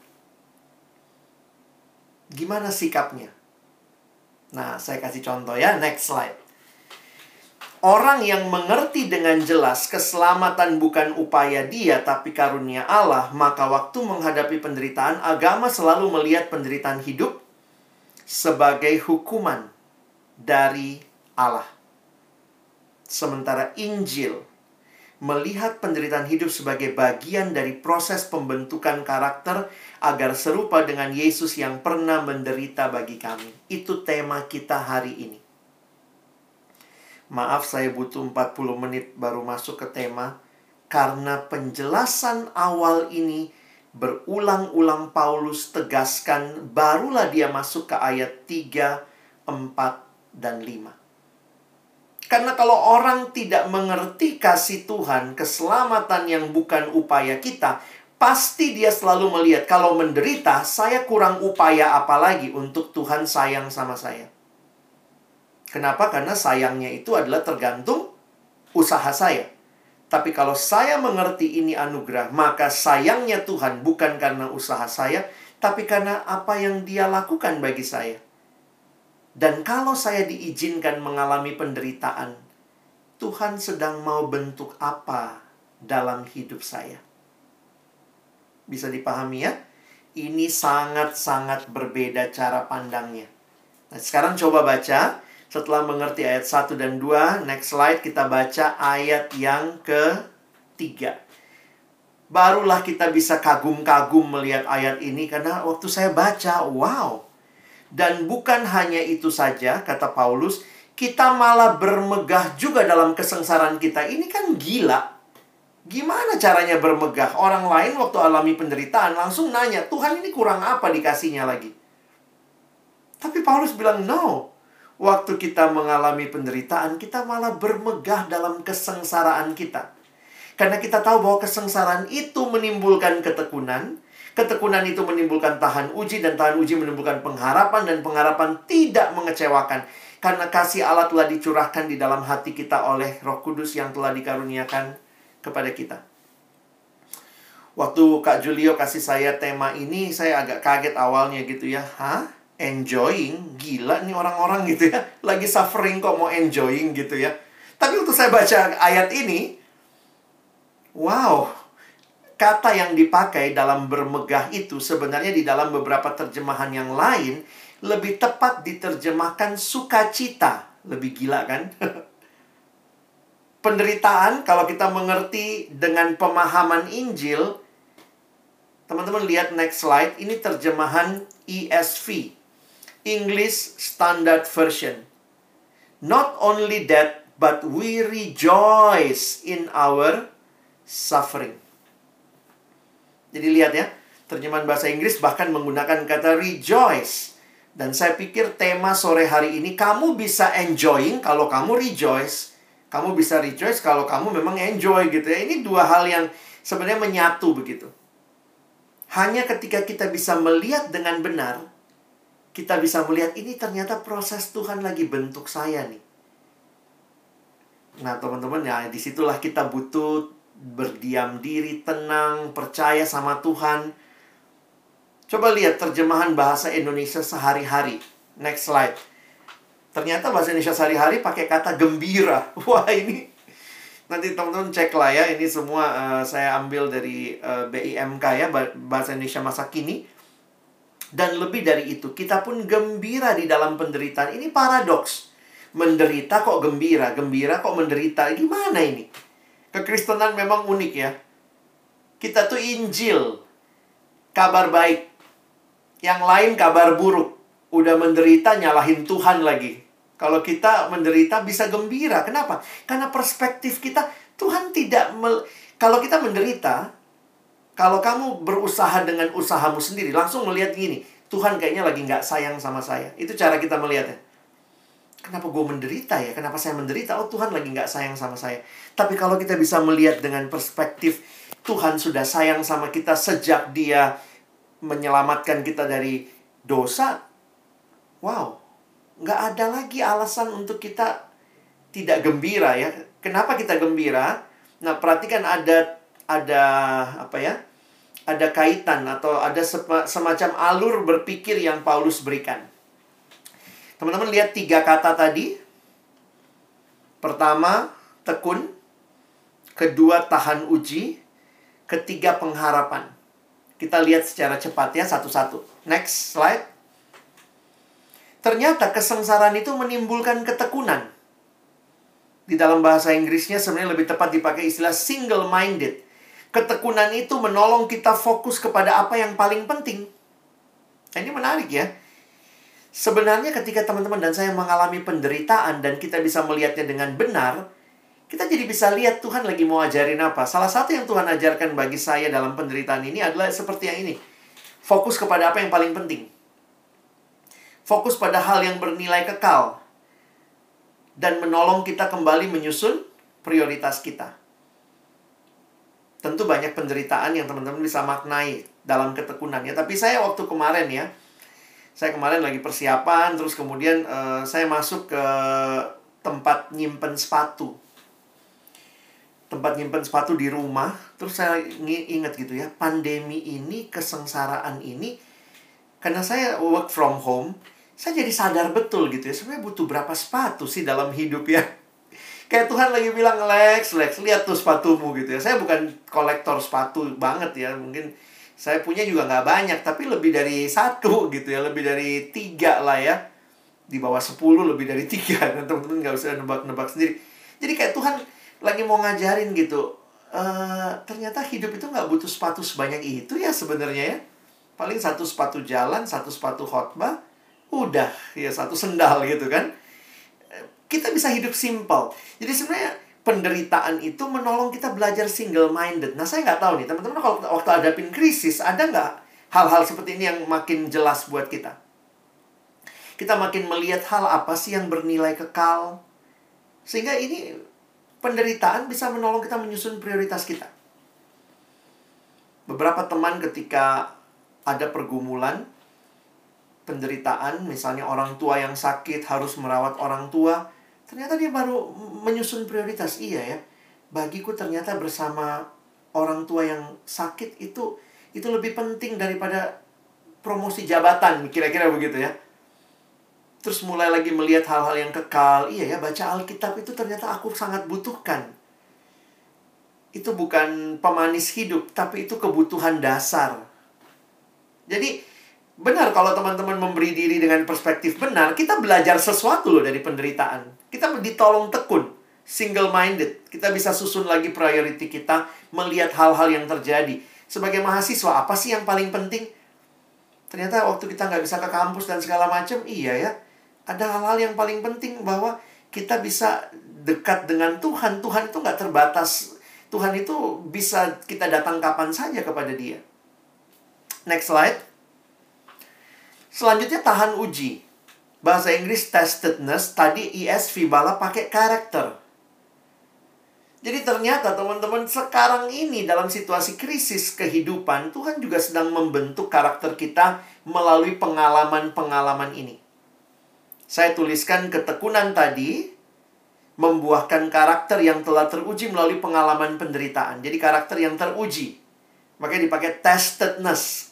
Speaker 2: gimana sikapnya? Nah, saya kasih contoh ya, next slide. Orang yang mengerti dengan jelas keselamatan bukan upaya dia, tapi karunia Allah, maka waktu menghadapi penderitaan, agama selalu melihat penderitaan hidup sebagai hukuman dari Allah. Sementara Injil melihat penderitaan hidup sebagai bagian dari proses pembentukan karakter agar serupa dengan Yesus yang pernah menderita bagi kami. Itu tema kita hari ini. Maaf, saya butuh 40 menit baru masuk ke tema, karena penjelasan awal ini berulang-ulang Paulus tegaskan, barulah dia masuk ke ayat 3, 4, dan 5. Karena kalau orang tidak mengerti kasih Tuhan, keselamatan yang bukan upaya kita, pasti dia selalu melihat, kalau menderita, saya kurang upaya apa lagi untuk Tuhan sayang sama saya. Kenapa? Karena sayangnya itu adalah tergantung usaha saya. Tapi kalau saya mengerti ini anugerah, maka sayangnya Tuhan bukan karena usaha saya, tapi karena apa yang Dia lakukan bagi saya. Dan kalau saya diizinkan mengalami penderitaan, Tuhan sedang mau bentuk apa dalam hidup saya? Bisa dipahami ya? Ini sangat-sangat berbeda cara pandangnya. Nah, sekarang coba baca. Setelah mengerti ayat 1 dan 2, next slide, kita baca ayat yang ke-3. Barulah kita bisa kagum-kagum melihat ayat ini, karena waktu saya baca, wow. Dan bukan hanya itu saja, kata Paulus, kita malah bermegah juga dalam kesengsaraan kita. Ini kan gila. Gimana caranya bermegah? Orang lain waktu alami penderitaan langsung nanya, Tuhan ini kurang apa dikasihnya lagi? Tapi Paulus bilang, no. Waktu kita mengalami penderitaan, kita malah bermegah dalam kesengsaraan kita. Karena kita tahu bahwa kesengsaraan itu menimbulkan ketekunan. Ketekunan itu menimbulkan tahan uji, dan tahan uji menimbulkan pengharapan, dan pengharapan tidak mengecewakan. Karena kasih Allah telah dicurahkan di dalam hati kita oleh Roh Kudus yang telah dikaruniakan kepada kita. Waktu Kak Julio kasih saya tema ini, saya agak kaget awalnya gitu ya. Hah? Enjoying? Gila nih orang-orang gitu ya. Lagi suffering kok mau enjoying gitu ya. Tapi waktu saya baca ayat ini, wow. Kata yang dipakai dalam bermegah itu sebenarnya di dalam beberapa terjemahan yang lain lebih tepat diterjemahkan sukacita. Lebih gila kan? Penderitaan, kalau kita mengerti dengan pemahaman Injil, teman-teman lihat next slide, ini terjemahan ESV, English Standard Version. Not only that, but we rejoice in our suffering. Jadi lihat ya, terjemahan bahasa Inggris bahkan menggunakan kata rejoice. Dan saya pikir tema sore hari ini, kamu bisa enjoying kalau kamu rejoice. Kamu bisa rejoice kalau kamu memang enjoy gitu ya. Ini dua hal yang sebenarnya menyatu begitu. Hanya ketika kita bisa melihat dengan benar, kita bisa melihat ini ternyata proses Tuhan lagi bentuk saya nih. Nah teman-teman ya, disitulah kita butuh berdiam diri, tenang, percaya sama Tuhan. Coba lihat terjemahan bahasa Indonesia sehari-hari. Next slide. Ternyata bahasa Indonesia sehari-hari pakai kata gembira. Wah ini, nanti teman-teman cek lah ya. Ini semua saya ambil dari BIMK ya, Bahasa Indonesia Masa Kini. Dan lebih dari itu, kita pun gembira di dalam penderitaan. Ini paradoks. Menderita kok gembira, gembira kok menderita. Gimana ini? Kekristenan memang unik ya. Kita tuh Injil, kabar baik. Yang lain kabar buruk. Udah menderita nyalahin Tuhan lagi. Kalau kita menderita bisa gembira. Kenapa? Karena perspektif kita, Tuhan tidak kalau kita menderita, kalau kamu berusaha dengan usahamu sendiri, langsung melihat gini, Tuhan kayaknya lagi nggak sayang sama saya. Itu cara kita melihatnya. Kenapa gue menderita ya? Kenapa saya menderita? Oh Tuhan lagi nggak sayang sama saya. Tapi kalau kita bisa melihat dengan perspektif Tuhan sudah sayang sama kita sejak Dia menyelamatkan kita dari dosa. Wow, nggak ada lagi alasan untuk kita tidak gembira ya. Kenapa kita gembira? Nah perhatikan ada apa ya? Ada kaitan atau ada semacam alur berpikir yang Paulus berikan. Teman-teman lihat 3 kata tadi. Pertama, tekun. Kedua, tahan uji. Ketiga, pengharapan. Kita lihat secara cepat ya, satu-satu. Next slide. Ternyata kesengsaraan itu menimbulkan ketekunan. Di dalam bahasa Inggrisnya sebenarnya lebih tepat dipakai istilah single-minded. Ketekunan itu menolong kita fokus kepada apa yang paling penting. Nah, ini menarik ya. Sebenarnya ketika teman-teman dan saya mengalami penderitaan dan kita bisa melihatnya dengan benar, kita jadi bisa lihat Tuhan lagi mau ajarin apa. Salah satu yang Tuhan ajarkan bagi saya dalam penderitaan ini adalah seperti yang ini. Fokus kepada apa yang paling penting. Fokus pada hal yang bernilai kekal. Dan menolong kita kembali menyusun prioritas kita. Tentu banyak penderitaan yang teman-teman bisa maknai dalam ketekunan ya. Tapi saya waktu kemarin ya, saya kemarin lagi persiapan, terus kemudian saya masuk ke tempat nyimpen sepatu. Tempat nyimpen sepatu di rumah. Terus saya ingat gitu ya, pandemi ini, kesengsaraan ini, karena saya work from home, saya jadi sadar betul gitu ya, sebenarnya butuh berapa sepatu sih dalam hidup ya. Kayak Tuhan lagi bilang, Lex, lihat tuh sepatumu gitu ya. Saya bukan kolektor sepatu banget ya. Mungkin saya punya juga nggak banyak, tapi lebih dari 1 gitu ya. Lebih dari 3 lah ya. Di bawah 10 lebih dari 3. Dan teman-teman nggak usah nebak-nebak sendiri. Jadi kayak Tuhan lagi mau ngajarin gitu. Ternyata hidup itu nggak butuh sepatu sebanyak itu ya sebenarnya ya. Paling 1 sepatu jalan, 1 sepatu khotbah. Udah, ya 1 sendal gitu kan. Kita bisa hidup simple. Jadi sebenarnya penderitaan itu menolong kita belajar single-minded. Nah, saya nggak tahu nih, teman-teman kalau waktu hadapin krisis, ada nggak hal-hal seperti ini yang makin jelas buat kita? Kita makin melihat hal apa sih yang bernilai kekal. Sehingga ini penderitaan bisa menolong kita menyusun prioritas kita. Beberapa teman ketika ada pergumulan, penderitaan, misalnya orang tua yang sakit harus merawat orang tua, ternyata dia baru menyusun prioritas. Iya ya, bagiku ternyata bersama orang tua yang sakit itu lebih penting daripada promosi jabatan, kira-kira begitu ya. Terus mulai lagi melihat hal-hal yang kekal. Iya ya, baca Alkitab itu ternyata aku sangat butuhkan. Itu bukan pemanis hidup, tapi itu kebutuhan dasar. Jadi benar, kalau teman-teman memberi diri dengan perspektif benar, kita belajar sesuatu loh dari penderitaan. Kita ditolong tekun, single-minded. Kita bisa susun lagi priority kita, melihat hal-hal yang terjadi. Sebagai mahasiswa, apa sih yang paling penting? Ternyata waktu kita nggak bisa ke kampus dan segala macam, iya ya. Ada hal-hal yang paling penting bahwa kita bisa dekat dengan Tuhan. Tuhan itu nggak terbatas. Tuhan itu bisa kita datang kapan saja kepada Dia. Next slide. Selanjutnya tahan uji. Bahasa Inggris testedness, tadi ESV malah pakai karakter. Jadi ternyata teman-teman sekarang ini dalam situasi krisis kehidupan, Tuhan juga sedang membentuk karakter kita melalui pengalaman-pengalaman ini. Saya tuliskan ketekunan tadi membuahkan karakter yang telah teruji melalui pengalaman penderitaan. Jadi karakter yang teruji. Makanya dipakai testedness.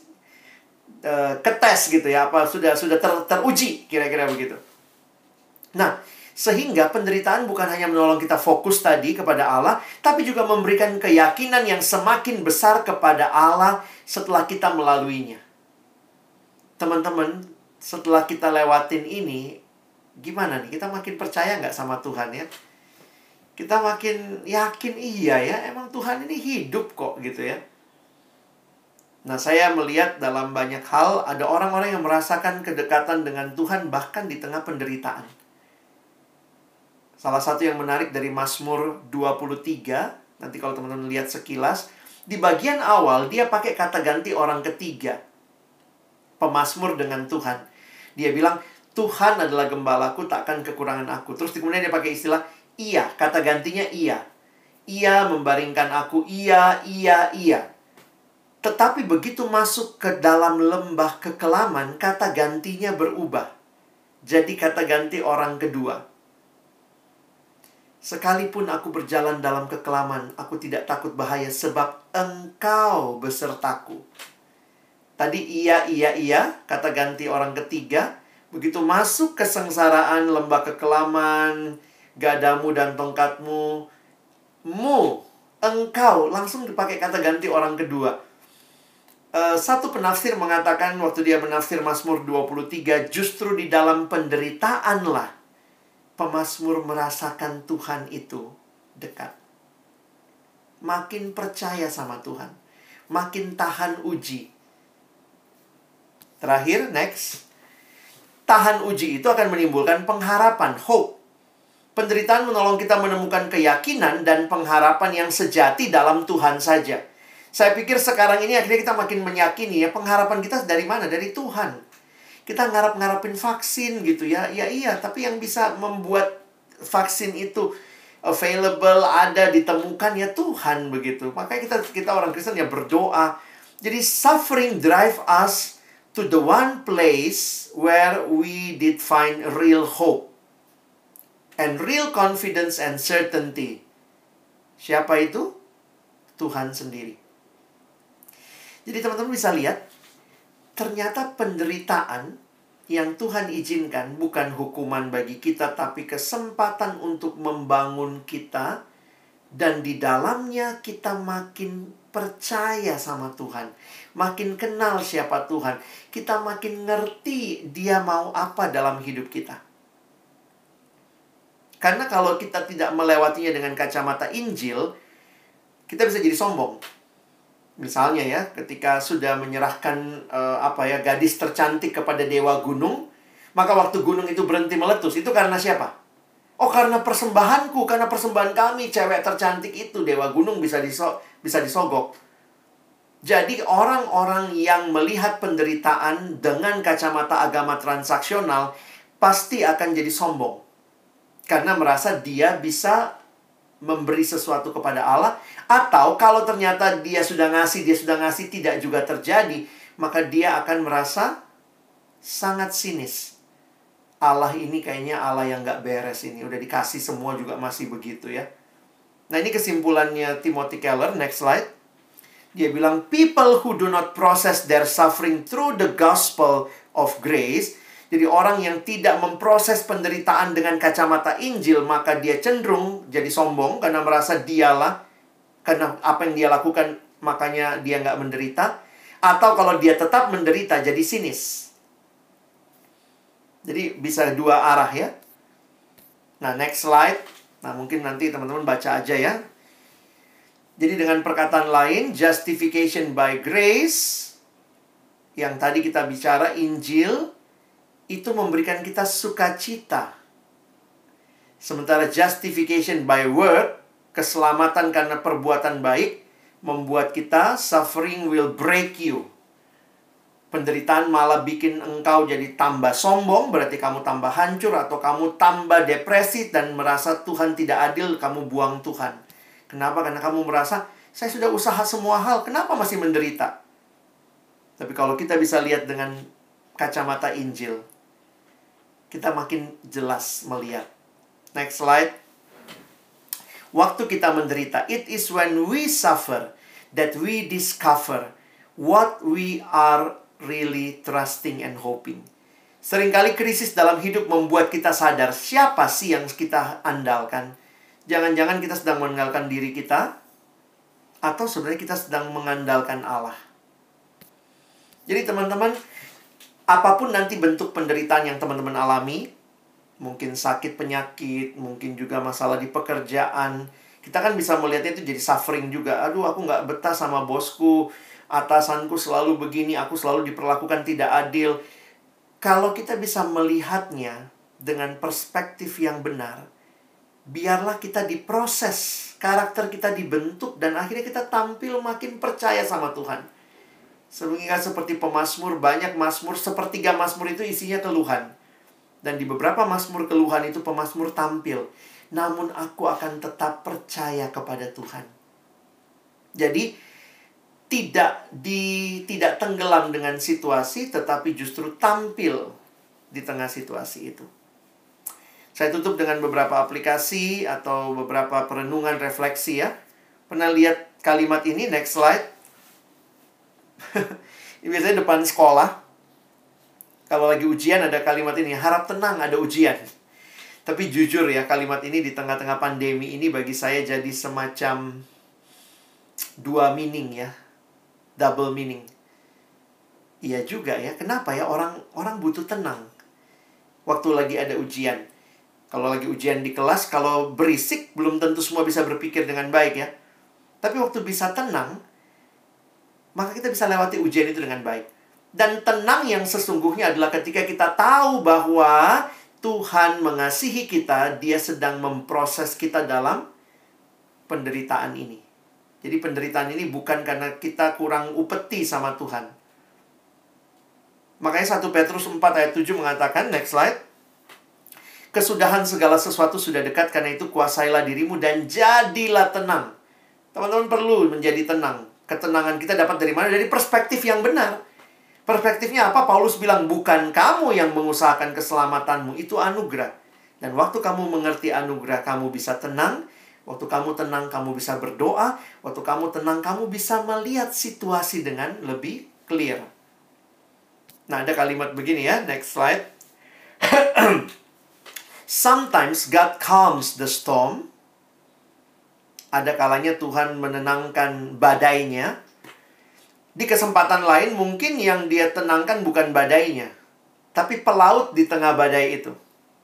Speaker 2: Ketes gitu ya, apa sudah teruji, kira-kira begitu. Nah, sehingga penderitaan bukan hanya menolong kita fokus tadi kepada Allah, tapi juga memberikan keyakinan yang semakin besar kepada Allah setelah kita melaluinya. Teman-teman, setelah kita lewatin ini, gimana nih? Kita makin percaya nggak sama Tuhan ya? Kita makin yakin, iya ya, emang Tuhan ini hidup kok gitu ya. Nah, saya melihat dalam banyak hal ada orang-orang yang merasakan kedekatan dengan Tuhan bahkan di tengah penderitaan. Salah satu yang menarik dari Mazmur 23, nanti kalau teman-teman lihat sekilas, di bagian awal dia pakai kata ganti orang ketiga. Pemazmur dengan Tuhan. Dia bilang, Tuhan adalah gembalaku, takkan kekurangan aku. Terus kemudian dia pakai istilah iya, kata gantinya iya. Ia membaringkan aku, iya. Tetapi begitu masuk ke dalam lembah kekelaman, kata gantinya berubah. Jadi kata ganti orang kedua. Sekalipun aku berjalan dalam kekelaman, aku tidak takut bahaya sebab Engkau besertaku. Tadi iya, kata ganti orang ketiga. Begitu masuk kesengsaraan, lembah kekelaman, gadamu dan tongkatmu, Engkau, langsung dipakai kata ganti orang kedua. Satu penafsir mengatakan waktu dia menafsir Mazmur 23, justru di dalam penderitaanlah pemazmur merasakan Tuhan itu dekat. Makin percaya sama Tuhan. Makin tahan uji. Terakhir, next. Tahan uji itu akan menimbulkan pengharapan, hope. Penderitaan menolong kita menemukan keyakinan dan pengharapan yang sejati dalam Tuhan saja. Saya pikir sekarang ini akhirnya kita makin meyakini ya, pengharapan kita dari mana? Dari Tuhan. Kita ngarap-ngarapin vaksin gitu ya. Ya iya, tapi yang bisa membuat vaksin itu available, ada, ditemukan ya Tuhan begitu. Makanya kita orang Kristen ya berdoa. Jadi suffering drive us to the one place where we did find real hope and real confidence and certainty. Siapa itu? Tuhan sendiri. Jadi teman-teman bisa lihat, ternyata penderitaan yang Tuhan izinkan bukan hukuman bagi kita, tapi kesempatan untuk membangun kita. Dan di dalamnya kita makin percaya sama Tuhan. Makin kenal siapa Tuhan. Kita makin ngerti Dia mau apa dalam hidup kita. Karena kalau kita tidak melewatinya dengan kacamata Injil, kita bisa jadi sombong. Misalnya ya, ketika sudah menyerahkan gadis tercantik kepada dewa gunung, maka waktu gunung itu berhenti meletus, itu karena siapa? Oh, karena persembahanku, karena persembahan kami, cewek tercantik itu, dewa gunung bisa disogok. Jadi orang-orang yang melihat penderitaan dengan kacamata agama transaksional pasti akan jadi sombong. Karena merasa dia bisa memberi sesuatu kepada Allah. Atau kalau ternyata dia sudah ngasih tidak juga terjadi, maka dia akan merasa sangat sinis. Allah ini kayaknya Allah yang gak beres ini. Udah dikasih semua juga masih begitu ya. Nah ini kesimpulannya Timothy Keller. Next slide. Dia bilang, people who do not process their suffering through the gospel of grace. Jadi orang yang tidak memproses penderitaan dengan kacamata Injil, maka dia cenderung jadi sombong karena merasa dialah, karena apa yang dia lakukan makanya dia nggak menderita. Atau kalau dia tetap menderita jadi sinis. Jadi bisa dua arah ya. Nah next slide. Nah mungkin nanti teman-teman baca aja ya. Jadi dengan perkataan lain, justification by grace, yang tadi kita bicara Injil, itu memberikan kita sukacita. Sementara justification by work, keselamatan karena perbuatan baik, membuat kita suffering will break you. Penderitaan malah bikin engkau jadi tambah sombong, berarti kamu tambah hancur, atau kamu tambah depresi dan merasa Tuhan tidak adil, kamu buang Tuhan. Kenapa? Karena kamu merasa, saya sudah usaha semua hal, kenapa masih menderita? Tapi kalau kita bisa lihat dengan kacamata Injil, kita makin jelas melihat. Next slide. Waktu kita menderita, it is when we suffer that we discover what we are really trusting and hoping. Seringkali krisis dalam hidup membuat kita sadar siapa sih yang kita andalkan. Jangan-jangan kita sedang mengandalkan diri kita, atau sebenarnya kita sedang mengandalkan Allah. Jadi teman-teman, apapun nanti bentuk penderitaan yang teman-teman alami, mungkin sakit penyakit, mungkin juga masalah di pekerjaan, kita kan bisa melihatnya itu jadi suffering juga. Aduh, aku nggak betah sama bosku, atasanku selalu begini, aku selalu diperlakukan tidak adil. Kalau kita bisa melihatnya dengan perspektif yang benar, biarlah kita diproses, karakter kita dibentuk, dan akhirnya kita tampil makin percaya sama Tuhan. Sehingga seperti pemazmur, banyak mazmur, sepertiga mazmur itu isinya keluhan. Dan di beberapa mazmur keluhan itu pemazmur tampil, namun aku akan tetap percaya kepada Tuhan. Jadi tidak tenggelam dengan situasi, tetapi justru tampil di tengah situasi itu. Saya tutup dengan beberapa aplikasi atau beberapa perenungan refleksi ya. Pernah lihat kalimat ini? Next slide. Ini biasanya depan sekolah, kalau lagi ujian ada kalimat ini, harap tenang ada ujian. Tapi jujur ya, kalimat ini di tengah-tengah pandemi ini bagi saya jadi semacam dua meaning ya, double meaning. Iya juga ya, kenapa ya orang butuh tenang waktu lagi ada ujian. Kalau lagi ujian di kelas, kalau berisik, belum tentu semua bisa berpikir dengan baik ya. Tapi waktu bisa tenang, maka kita bisa lewati ujian itu dengan baik. Dan tenang yang sesungguhnya adalah ketika kita tahu bahwa Tuhan mengasihi kita, Dia sedang memproses kita dalam penderitaan ini. Jadi penderitaan ini bukan karena kita kurang upeti sama Tuhan. Makanya 1 Petrus 4 ayat 7 mengatakan, next slide. Kesudahan segala sesuatu sudah dekat, karena itu kuasailah dirimu dan jadilah tenang. Teman-teman perlu menjadi tenang. Ketenangan kita dapat dari mana? Dari perspektif yang benar. Perspektifnya apa? Paulus bilang, bukan kamu yang mengusahakan keselamatanmu, itu anugerah. Dan waktu kamu mengerti anugerah, kamu bisa tenang. Waktu kamu tenang, kamu bisa berdoa. Waktu kamu tenang, kamu bisa melihat situasi dengan lebih clear. Nah, ada kalimat begini ya, next slide. Sometimes God calms the storm. Ada kalanya Tuhan menenangkan badainya. Di kesempatan lain mungkin yang Dia tenangkan bukan badainya, tapi pelaut di tengah badai itu.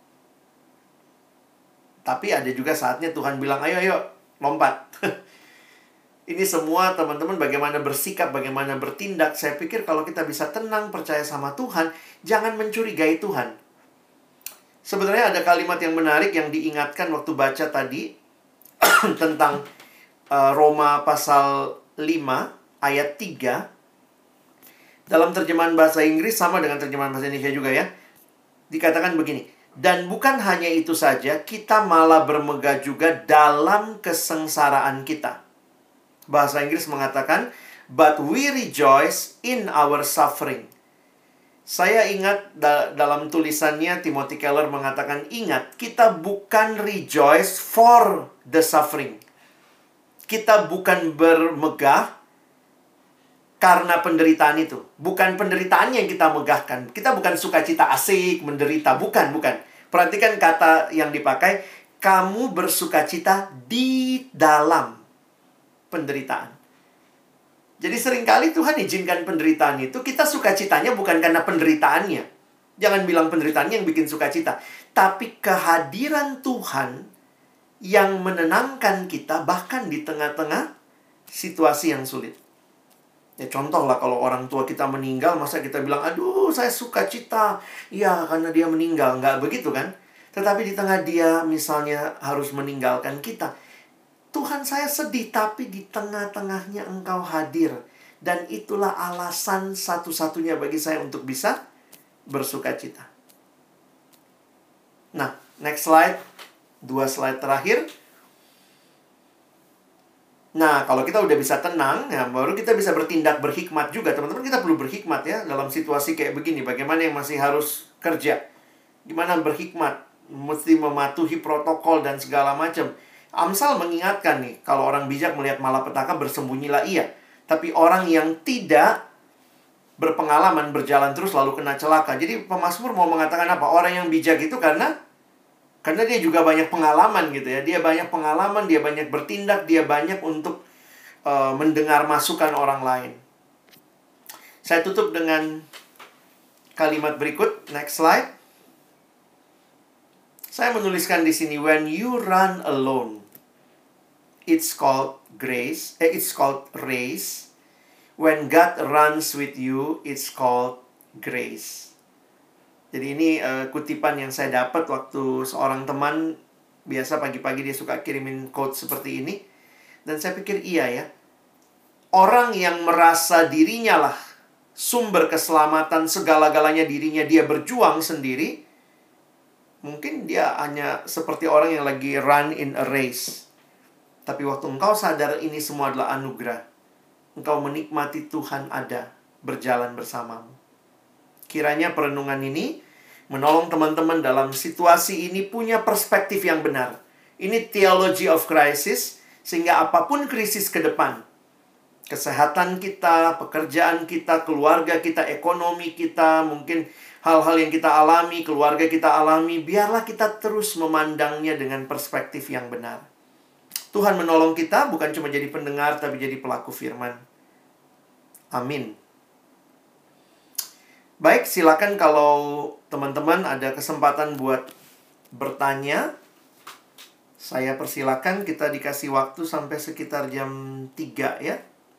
Speaker 2: Tapi ada juga saatnya Tuhan bilang, ayo lompat. Ini semua teman-teman bagaimana bersikap, bagaimana bertindak. Saya pikir kalau kita bisa tenang, percaya sama Tuhan, jangan mencurigai Tuhan. Sebenarnya ada kalimat yang menarik yang diingatkan waktu baca tadi tentang Roma pasal 5 ayat 3. Dalam terjemahan bahasa Inggris sama dengan terjemahan bahasa Indonesia juga ya. Dikatakan begini, dan bukan hanya itu saja, kita malah bermegah juga dalam kesengsaraan kita. Bahasa Inggris mengatakan, but we rejoice in our suffering. Saya ingat dalam tulisannya Timothy Keller mengatakan, ingat, kita bukan rejoice for the suffering. Kita bukan bermegah karena penderitaan itu. Bukan penderitaan yang kita megahkan. Kita bukan sukacita asik, menderita. Bukan. Perhatikan kata yang dipakai, kamu bersukacita di dalam penderitaan. Jadi seringkali Tuhan izinkan penderitaan itu, kita sukacitanya bukan karena penderitaannya. Jangan bilang penderitaannya yang bikin sukacita. Tapi kehadiran Tuhan yang menenangkan kita bahkan di tengah-tengah situasi yang sulit. Ya contoh lah, kalau orang tua kita meninggal, masa kita bilang, aduh saya sukacita. Ya karena dia meninggal. Nggak begitu kan? Tetapi di tengah dia misalnya harus meninggalkan kita, Tuhan saya sedih, tapi di tengah-tengahnya Engkau hadir. Dan itulah alasan satu-satunya bagi saya untuk bisa bersukacita. Nah, next slide. 2 slide terakhir. Nah, kalau kita udah bisa tenang, ya baru kita bisa bertindak berhikmat juga. Teman-teman, kita perlu berhikmat ya dalam situasi kayak begini. Bagaimana yang masih harus kerja? Gimana berhikmat? Mesti mematuhi protokol dan segala macam. Amsal mengingatkan nih, kalau orang bijak melihat malapetaka, bersembunyilah ia. Tapi orang yang tidak berpengalaman berjalan terus lalu kena celaka. Jadi pemazmur mau mengatakan apa? Orang yang bijak itu karena dia juga banyak pengalaman gitu ya. Dia banyak pengalaman, dia banyak bertindak, dia banyak untuk mendengar masukan orang lain. Saya tutup dengan kalimat berikut, next slide. Saya menuliskan di sini, when you run alone, it's called grace. It's called race. When God runs with you, it's called grace. Jadi ini kutipan yang saya dapat waktu seorang teman, biasa pagi-pagi dia suka kirimin quote seperti ini. Dan saya pikir iya ya. Orang yang merasa dirinya lah sumber keselamatan, segala-galanya dirinya, dia berjuang sendiri, mungkin dia hanya seperti orang yang lagi run in a race. Tapi waktu engkau sadar ini semua adalah anugerah, engkau menikmati Tuhan ada berjalan bersamamu. Kiranya perenungan ini menolong teman-teman dalam situasi ini punya perspektif yang benar. Ini theology of crisis, sehingga apapun krisis ke depan, kesehatan kita, pekerjaan kita, keluarga kita, ekonomi kita, mungkin hal-hal yang kita alami, keluarga kita alami, biarlah kita terus memandangnya dengan perspektif yang benar. Tuhan menolong kita bukan cuma jadi pendengar, tapi jadi pelaku firman. Amin. Baik, silakan kalau teman-teman ada kesempatan buat bertanya, saya persilakan. Kita dikasih waktu sampai sekitar jam 3 ya.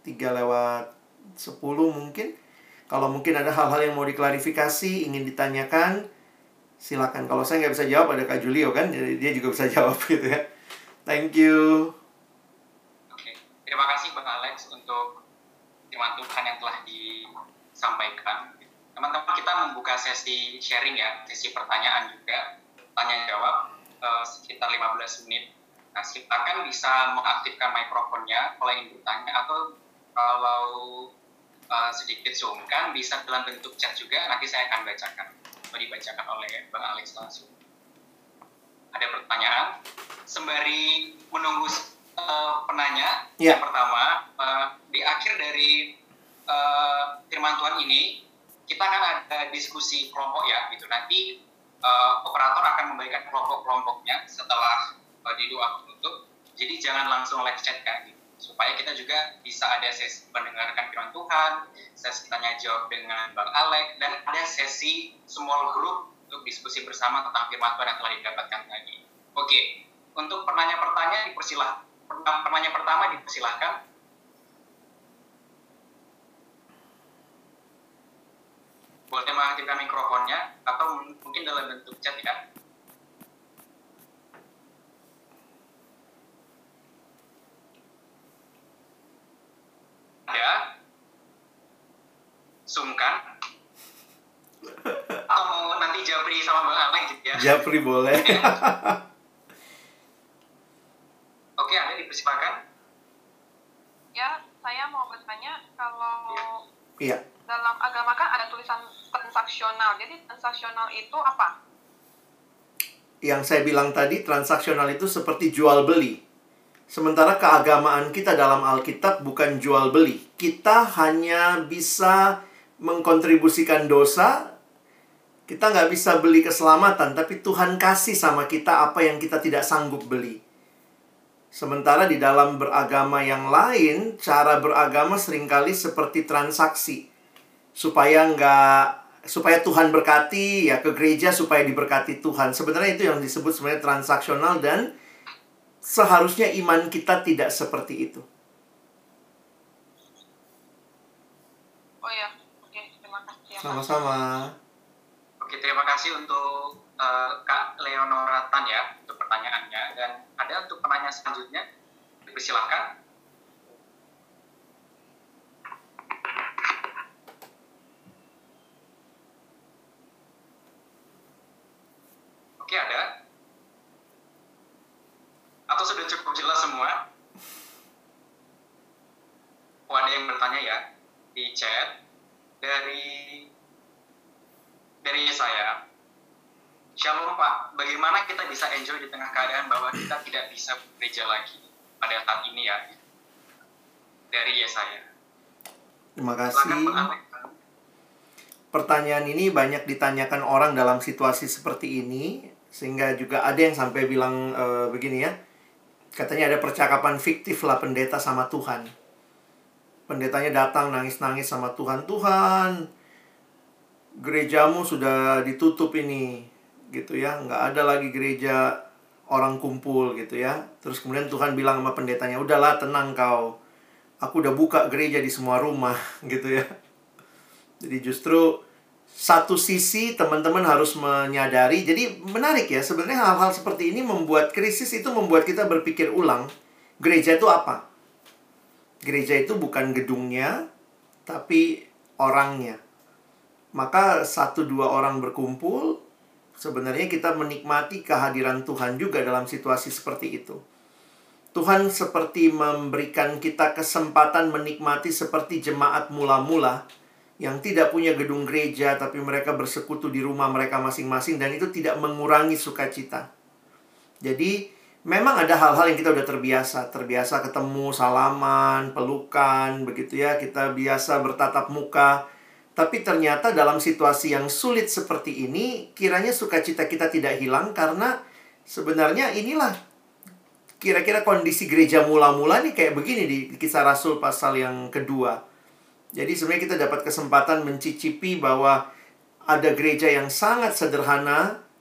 Speaker 2: 3:10 mungkin. Kalau mungkin ada hal-hal yang mau diklarifikasi, ingin ditanyakan, silakan. Kalau saya nggak bisa jawab, ada Kak Julio kan, jadi dia juga bisa jawab gitu ya. Thank you.
Speaker 3: Oke, terima kasih Bang Alex untuk firman Tuhan yang telah disampaikan. Teman-teman, kita membuka sesi sharing ya, sesi pertanyaan juga, tanya jawab sekitar 15 menit. Nah, silakan bisa mengaktifkan mikrofonnya kalau ingin bertanya, atau kalau sedikit sungkan bisa dalam bentuk chat juga, nanti saya akan bacakan atau dibacakan oleh Bang Alex langsung. Ada pertanyaan? Sembari menunggu penanya, yang pertama, di akhir dari firman Tuhan ini, kita akan ada diskusi kelompok ya, gitu. Nanti operator akan membagikan kelompok-kelompoknya setelah di doa penutup. Jadi jangan langsung live chat kan, gitu. Supaya kita juga bisa ada sesi mendengarkan firman Tuhan, sesi tanya jawab dengan Bang Alex, dan ada sesi small group untuk diskusi bersama tentang firman Tuhan yang telah didapatkan tadi. Oke, untuk penanya pertama dipersilahkan. Boleh mengaktifkan mikrofonnya atau mungkin dalam bentuk chat ya. Ada? Sungkan? Atau mau nanti Japri sama Bang Alex gitu ya?
Speaker 2: Japri boleh.
Speaker 3: Oke, ada dipersilakan.
Speaker 4: Ya, saya mau bertanya, kalau
Speaker 2: Iya.
Speaker 4: dalam agama kan ada tulisan transaksional. Jadi transaksional itu apa?
Speaker 2: Yang saya bilang tadi, transaksional itu seperti jual beli. Sementara keagamaan kita dalam Alkitab bukan jual beli. Kita hanya bisa mengkontribusikan dosa. Kita nggak bisa beli keselamatan, tapi Tuhan kasih sama kita apa yang kita tidak sanggup beli. Sementara di dalam beragama yang lain, cara beragama seringkali seperti transaksi. Supaya Tuhan berkati, ya ke gereja supaya diberkati Tuhan. Sebenarnya itu yang disebut sebenarnya transaksional, dan seharusnya iman kita tidak seperti itu.
Speaker 4: Oh ya, oke, terima kasih.
Speaker 2: Sama-sama.
Speaker 3: Oke, terima kasih untuk Kak Leonora Tan ya untuk pertanyaannya. Dan ada untuk penanya selanjutnya, dipersilakan. Oke, ada? Atau sudah cukup jelas semua? Oh, ada yang bertanya ya di chat dari saya. Shalom Pak, bagaimana kita bisa enjoy di tengah keadaan bahwa kita tidak bisa bekerja lagi pada saat ini ya? Dari saya.
Speaker 2: Terima kasih. Pertanyaan ini banyak ditanyakan orang dalam situasi seperti ini, sehingga juga ada yang sampai bilang begini ya. Katanya ada percakapan fiktif lah pendeta sama Tuhan. Pendetanya datang nangis-nangis sama Tuhan. Tuhan, gerejamu sudah ditutup ini, gitu ya. Nggak ada lagi gereja orang kumpul gitu ya. Terus kemudian Tuhan bilang sama pendetanya, udahlah tenang kau. Aku udah buka gereja di semua rumah, gitu ya. Jadi justru satu sisi teman-teman harus menyadari. Jadi menarik ya, sebenarnya hal-hal seperti ini membuat krisis itu membuat kita berpikir ulang. Gereja itu apa? Gereja itu bukan gedungnya, tapi orangnya. Maka 1-2 orang berkumpul, sebenarnya kita menikmati kehadiran Tuhan juga dalam situasi seperti itu. Tuhan seperti memberikan kita kesempatan menikmati seperti jemaat mula-mula yang tidak punya gedung gereja, tapi mereka bersekutu di rumah mereka masing-masing, dan itu tidak mengurangi sukacita. Jadi memang ada hal-hal yang kita udah terbiasa ketemu, salaman, pelukan, begitu ya, kita biasa bertatap muka. Tapi ternyata dalam situasi yang sulit seperti ini, kiranya sukacita kita tidak hilang, karena sebenarnya inilah kira-kira kondisi gereja mula-mula nih kayak begini di Kisah Rasul pasal yang kedua. Jadi sebenarnya kita dapat kesempatan mencicipi bahwa ada gereja yang sangat sederhana,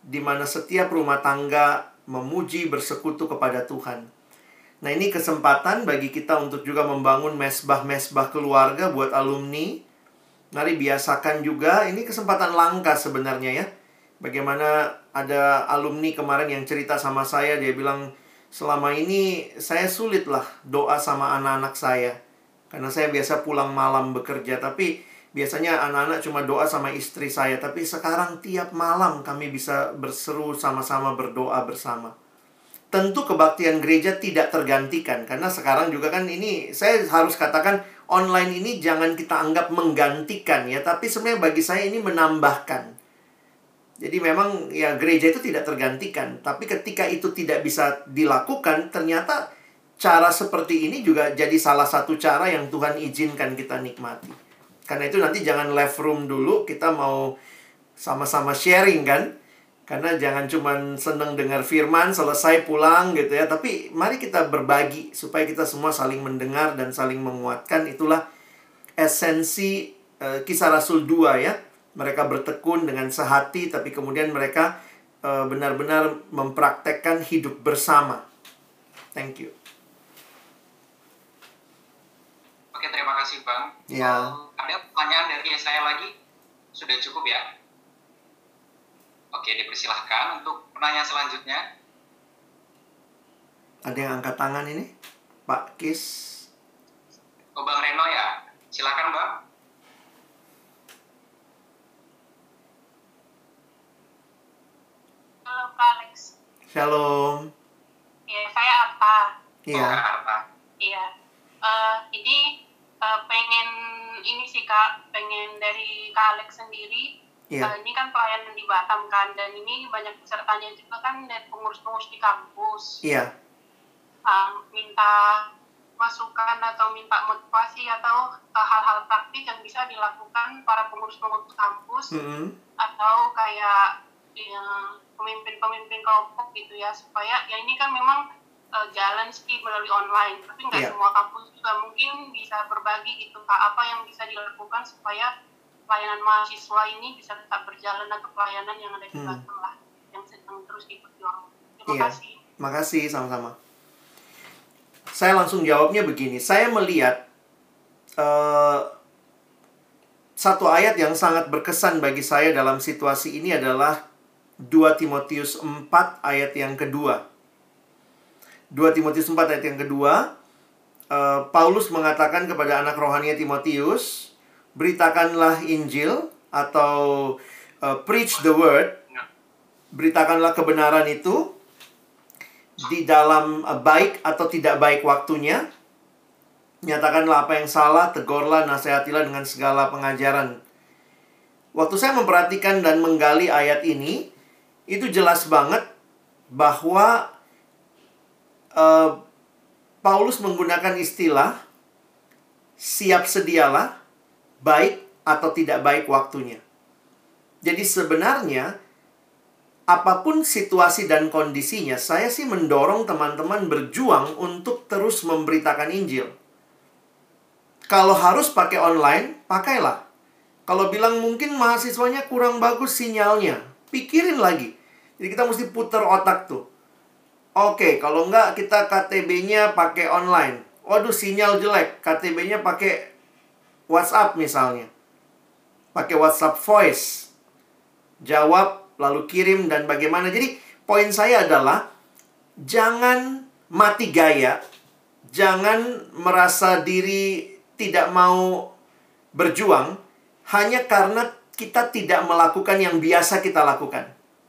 Speaker 2: di mana setiap rumah tangga memuji bersekutu kepada Tuhan. Nah, ini kesempatan bagi kita untuk juga membangun mesbah-mesbah keluarga buat alumni. Mari biasakan juga, ini kesempatan langka sebenarnya ya. Bagaimana ada alumni kemarin yang cerita sama saya, dia bilang, selama ini saya sulit lah doa sama anak-anak saya. Karena saya biasa pulang malam bekerja, tapi biasanya anak-anak cuma doa sama istri saya. Tapi sekarang tiap malam kami bisa berseru sama-sama berdoa bersama. Tentu kebaktian gereja tidak tergantikan. Karena sekarang juga kan ini, saya harus katakan online ini jangan kita anggap menggantikan ya. Tapi sebenarnya bagi saya ini menambahkan. Jadi memang ya gereja itu tidak tergantikan. Tapi ketika itu tidak bisa dilakukan, ternyata cara seperti ini juga jadi salah satu cara yang Tuhan izinkan kita nikmati. Karena itu nanti jangan left room dulu, kita mau sama-sama sharing kan. Karena jangan cuma seneng dengar firman, selesai pulang gitu ya. Tapi mari kita berbagi supaya kita semua saling mendengar dan saling menguatkan. Itulah esensi Kisah Rasul 2 ya. Mereka bertekun dengan sehati, tapi kemudian mereka benar-benar mempraktekkan hidup bersama. Thank you.
Speaker 3: Oke, terima kasih Bang.
Speaker 2: Ya.
Speaker 3: Ada pertanyaan dari saya lagi? Sudah cukup ya? Oke, dipersilahkan untuk penanya selanjutnya.
Speaker 2: Ada yang angkat tangan ini? Pak Kis.
Speaker 3: Oh, Bang Reno ya? Silakan Bang.
Speaker 4: Halo Kak Alex.
Speaker 2: Shalom.
Speaker 4: Ya, saya Arta.
Speaker 2: Iya.
Speaker 4: Iya. Ini pengen ini sih Kak, pengen dari Kak Alex sendiri.
Speaker 2: Iya.
Speaker 4: Ini kan pelayanan di Batam kan, dan ini banyak pesertanya juga kan dari pengurus-pengurus di kampus.
Speaker 2: Iya.
Speaker 4: Minta masukan atau minta motivasi atau hal-hal praktis yang bisa dilakukan para pengurus-pengurus kampus atau kayak pemimpin-pemimpin kelompok gitu ya, supaya ya ini kan memang jalan sih melalui online, tapi nggak semua kampus juga mungkin bisa berbagi gitu Kak, apa yang bisa dilakukan supaya pelayanan mahasiswa ini bisa tetap berjalan atau pelayanan yang ada di Batam lah, yang sedang terus diperjuangkan. Terima kasih.
Speaker 2: Makasih, sama-sama. Saya langsung jawabnya begini. Saya melihat satu ayat yang sangat berkesan bagi saya dalam situasi ini adalah 2 Timotius 4 ayat yang kedua. 2 Timotius 4 ayat yang kedua, Paulus mengatakan kepada anak rohaninya Timotius, beritakanlah Injil atau preach the word. Beritakanlah kebenaran itu di dalam baik atau tidak baik waktunya. Nyatakanlah apa yang salah, tegurlah, nasihatilah dengan segala pengajaran. Waktu saya memperhatikan dan menggali ayat ini, itu jelas banget bahwa Paulus menggunakan istilah siap sedialah, baik atau tidak baik waktunya. Jadi sebenarnya apapun situasi dan kondisinya, saya sih mendorong teman-teman berjuang untuk terus memberitakan Injil. Kalau harus pakai online, pakailah. Kalau bilang mungkin mahasiswanya kurang bagus sinyalnya, pikirin lagi. Jadi kita mesti putar otak tuh. Oke, kalau enggak kita KTB-nya pakai online. Waduh, sinyal jelek. KTB-nya pakai WhatsApp misalnya. Pakai WhatsApp voice. Jawab, lalu kirim, dan bagaimana. Jadi, poin saya adalah jangan mati gaya. Jangan merasa diri tidak mau berjuang hanya karena kita tidak melakukan yang biasa kita lakukan.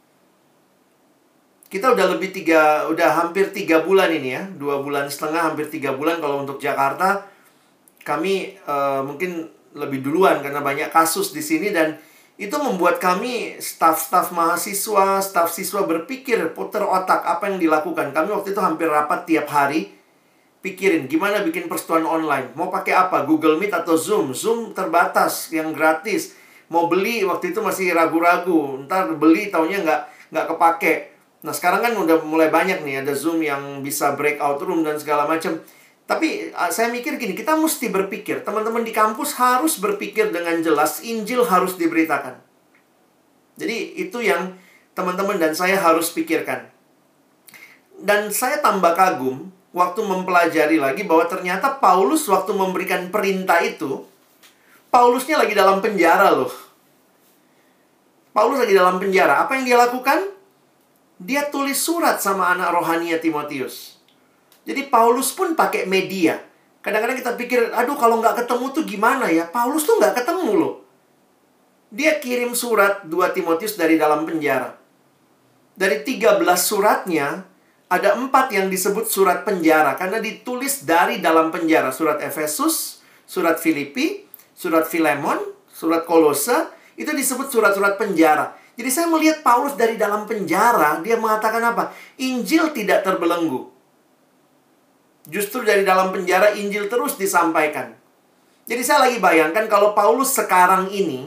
Speaker 2: Kita udah hampir 3 bulan ini ya. 2,5 bulan, hampir 3 bulan kalau untuk Jakarta. Kami mungkin lebih duluan karena banyak kasus di sini, dan itu membuat kami staf-staf mahasiswa, staf siswa berpikir, putar otak apa yang dilakukan. Kami waktu itu hampir rapat tiap hari, pikirin gimana bikin persetujuan online. Mau pakai apa? Google Meet atau Zoom? Zoom terbatas, yang gratis. Mau beli waktu itu masih ragu-ragu. Ntar beli taunya nggak kepake. Nah sekarang kan udah mulai banyak nih, ada Zoom yang bisa breakout room dan segala macam. Tapi saya mikir gini, kita mesti berpikir, teman-teman di kampus harus berpikir dengan jelas, Injil harus diberitakan. Jadi itu yang teman-teman dan saya harus pikirkan. Dan saya tambah kagum waktu mempelajari lagi bahwa ternyata Paulus waktu memberikan perintah itu, Paulusnya lagi dalam penjara loh. Paulus lagi dalam penjara. Apa yang dia lakukan? Dia tulis surat sama anak rohaninya Timotius. Jadi Paulus pun pakai media. Kadang-kadang kita pikir, aduh kalau nggak ketemu tuh gimana ya? Paulus tuh nggak ketemu loh. Dia kirim surat 2 Timotius dari dalam penjara. Dari 13 suratnya, ada 4 yang disebut surat penjara. Karena ditulis dari dalam penjara. Surat Efesus, surat Filipi, surat Filemon, surat Kolose. Itu disebut surat-surat penjara. Jadi saya melihat Paulus dari dalam penjara. Dia mengatakan apa? Injil tidak terbelenggu. Justru dari dalam penjara Injil terus disampaikan. Jadi saya lagi bayangkan kalau Paulus sekarang ini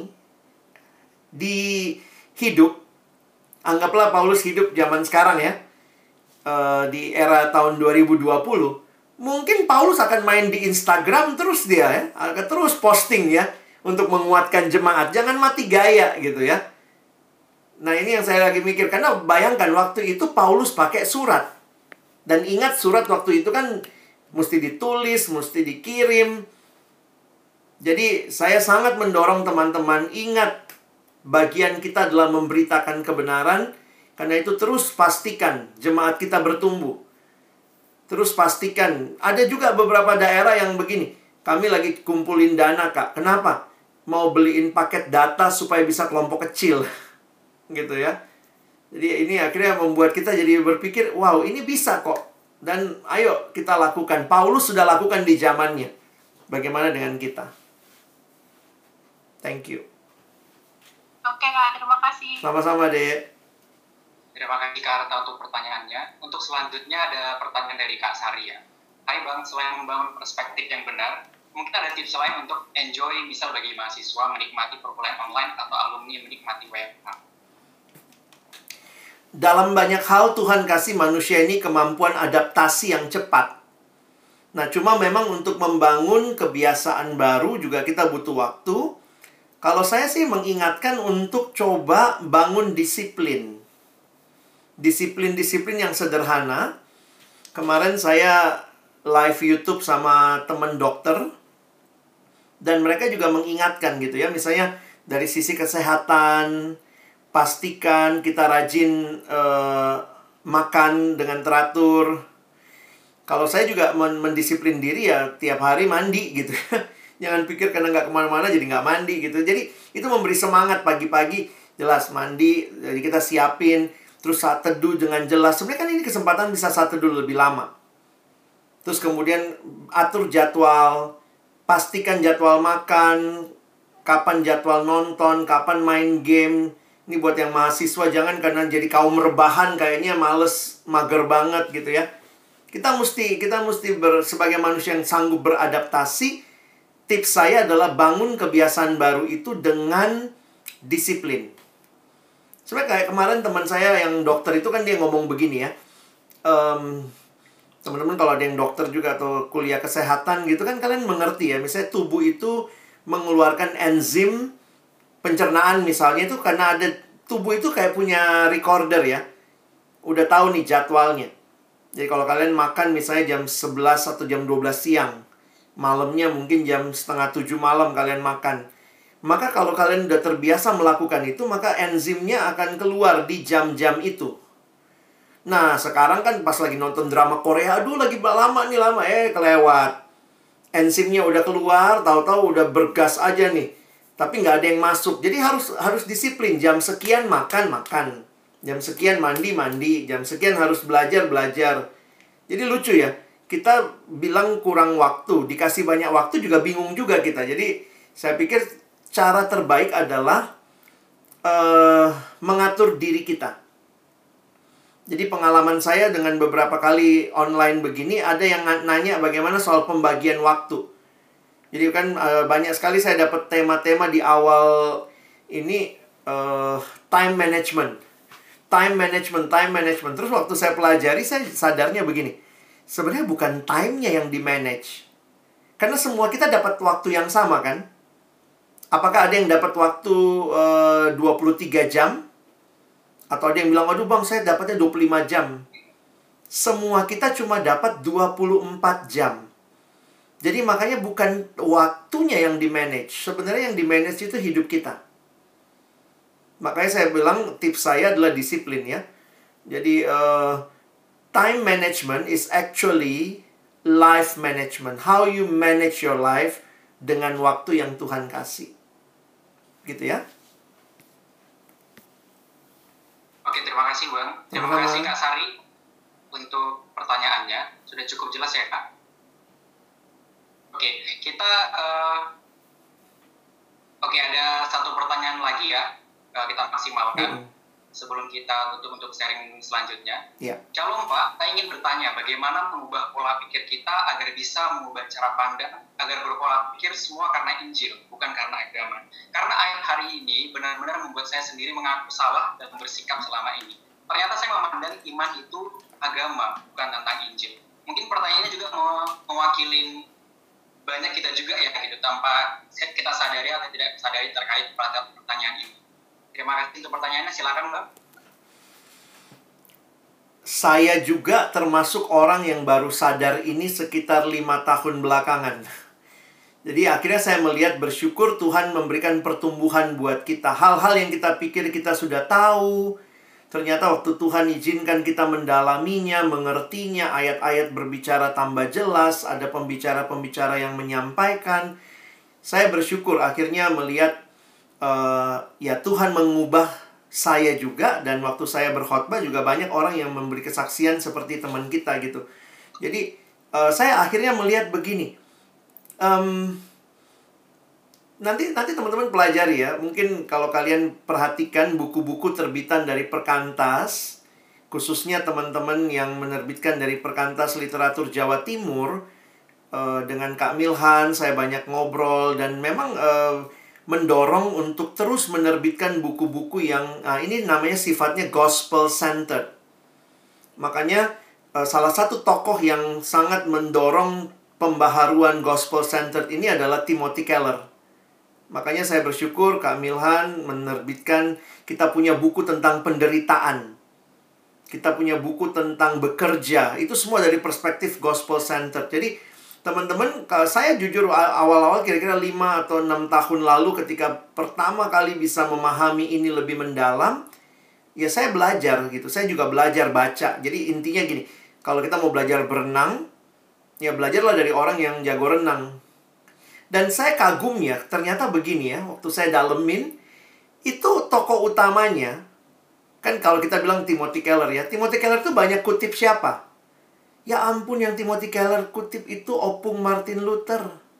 Speaker 2: hidup, anggaplah Paulus hidup zaman sekarang ya, di era tahun 2020, mungkin Paulus akan main di Instagram terus dia ya, akan terus posting ya, untuk menguatkan jemaat. Jangan mati gaya gitu ya. Nah ini yang saya lagi mikir, karena bayangkan waktu itu Paulus pakai surat. Dan ingat surat waktu itu kan mesti ditulis, mesti dikirim. Jadi saya sangat mendorong teman-teman ingat bagian kita adalah memberitakan kebenaran. Karena itu terus pastikan jemaat kita bertumbuh. Terus pastikan. Ada juga beberapa daerah yang begini. Kami lagi kumpulin dana kak. Kenapa? Mau beliin paket data supaya bisa kelompok kecil. Gitu ya. Jadi ini akhirnya membuat kita jadi berpikir, wow ini bisa kok. Dan ayo kita lakukan. Paulus sudah lakukan di zamannya. Bagaimana dengan kita? Thank you.
Speaker 4: Oke Kak, terima kasih.
Speaker 2: Sama-sama Dek.
Speaker 3: Terima kasih Kak Arta untuk pertanyaannya. Untuk selanjutnya ada pertanyaan dari Kak Saria. Hai Bang, selain membangun perspektif yang benar, mungkin ada tips lain untuk enjoy, misal bagi mahasiswa menikmati perkuliahan online atau alumni menikmati WFH.
Speaker 2: Dalam banyak hal Tuhan kasih manusia ini kemampuan adaptasi yang cepat. Nah, cuma memang untuk membangun kebiasaan baru juga kita butuh waktu. Kalau saya sih mengingatkan untuk coba bangun disiplin. Disiplin-disiplin yang sederhana. Kemarin saya live YouTube sama teman dokter. Dan mereka juga mengingatkan gitu ya. Misalnya dari sisi kesehatan, pastikan kita rajin makan dengan teratur. Kalau saya juga mendisiplin diri ya tiap hari mandi gitu. Jangan pikir karena nggak kemana-mana jadi nggak mandi gitu. Jadi itu memberi semangat pagi-pagi. Jelas mandi, jadi kita siapin. Terus saat teduh dengan jelas. Sebenarnya kan ini kesempatan bisa saat teduh lebih lama. Terus kemudian atur jadwal. Pastikan jadwal makan. Kapan jadwal nonton, kapan main game. Ini buat yang mahasiswa, jangan karena jadi kaum rebahan kayaknya males, mager banget gitu ya. Kita mesti sebagai manusia yang sanggup beradaptasi. Tips saya adalah bangun kebiasaan baru itu dengan disiplin. Sebenarnya kayak kemarin teman saya yang dokter itu kan dia ngomong begini ya. Teman-teman kalau ada yang dokter juga atau kuliah kesehatan gitu kan kalian mengerti ya. Misalnya tubuh itu mengeluarkan enzim pencernaan misalnya itu karena ada tubuh itu kayak punya recorder ya. Udah tahu nih jadwalnya. Jadi kalau kalian makan misalnya jam 11 atau jam 12 siang. Malamnya mungkin jam 6:30 malam kalian makan. Maka kalau kalian udah terbiasa melakukan itu, maka enzimnya akan keluar di jam-jam itu. Nah sekarang kan pas lagi nonton drama Korea, aduh lagi lama, kelewat. Enzimnya udah keluar, tahu-tahu udah bergas aja nih. Tapi nggak ada yang masuk. Jadi harus disiplin. Jam sekian makan. Jam sekian mandi. Jam sekian harus belajar. Jadi lucu ya. Kita bilang kurang waktu. Dikasih banyak waktu juga bingung juga kita. Jadi saya pikir cara terbaik adalah mengatur diri kita. Jadi pengalaman saya dengan beberapa kali online begini, ada yang nanya bagaimana soal pembagian waktu. Jadi kan banyak sekali saya dapat tema-tema di awal ini time management. Terus waktu saya pelajari, saya sadarnya begini. Sebenarnya bukan time-nya yang di-manage. Karena semua kita dapat waktu yang sama kan? Apakah ada yang dapat waktu 23 jam? Atau ada yang bilang, aduh bang, saya dapatnya 25 jam. Semua kita cuma dapat 24 jam. Jadi makanya bukan waktunya yang di-manage. Sebenarnya yang di-manage itu hidup kita. Makanya saya bilang tips saya adalah disiplin ya. Jadi time management is actually life management. How you manage your life dengan waktu yang Tuhan kasih. Gitu ya.
Speaker 3: Oke, terima kasih Bang. Terima kasih Kak Sari untuk pertanyaannya. Sudah cukup jelas ya Kak? Oke, kita ada satu pertanyaan lagi ya. Kita maksimalkan sebelum kita tutup untuk sharing selanjutnya. Shalom Pak, saya ingin bertanya bagaimana mengubah pola pikir kita agar bisa mengubah cara pandang, agar berpola pikir semua karena Injil, bukan karena agama. Karena ayat hari ini benar-benar membuat saya sendiri mengaku salah dan bersikap selama ini. Ternyata saya memandang iman itu agama, bukan tentang Injil. Mungkin pertanyaannya juga mewakili banyak kita juga ya, gitu, tanpa kita sadari atau tidak sadari terkait pertanyaan ini. Terima kasih untuk pertanyaannya, silakan Bang.
Speaker 2: Saya juga termasuk orang yang baru sadar ini sekitar 5 tahun belakangan. Jadi akhirnya saya melihat bersyukur Tuhan memberikan pertumbuhan buat kita. Hal-hal yang kita pikir kita sudah tahu, ternyata waktu Tuhan izinkan kita mendalaminya, mengertinya, ayat-ayat berbicara tambah jelas, ada pembicara-pembicara yang menyampaikan. Saya bersyukur akhirnya melihat ya Tuhan mengubah saya juga. Dan waktu saya berkhotbah juga banyak orang yang memberi kesaksian seperti teman kita gitu. Jadi saya akhirnya melihat begini, nanti teman-teman pelajari ya. Mungkin kalau kalian perhatikan buku-buku terbitan dari Perkantas, khususnya teman-teman yang menerbitkan dari Perkantas Literatur Jawa Timur, dengan Kak Milhan saya banyak ngobrol. Dan memang mendorong untuk terus menerbitkan buku-buku yang ini namanya sifatnya gospel centered. Makanya salah satu tokoh yang sangat mendorong pembaharuan gospel centered ini adalah Timothy Keller. Makanya saya bersyukur Kak Milhan menerbitkan, kita punya buku tentang penderitaan, kita punya buku tentang bekerja. Itu semua dari perspektif gospel centered. Jadi teman-teman, saya jujur awal-awal kira-kira 5 atau 6 tahun lalu ketika pertama kali bisa memahami ini lebih mendalam, ya saya belajar gitu. Saya juga belajar baca. Jadi intinya gini, kalau kita mau belajar berenang, ya belajarlah dari orang yang jago renang. Dan saya kagum ya, ternyata begini ya, waktu saya dalemin, itu tokoh utamanya, kan kalau kita bilang Timothy Keller ya, Timothy Keller itu banyak kutip siapa? Ya ampun, yang Timothy Keller kutip itu opung Martin Luther.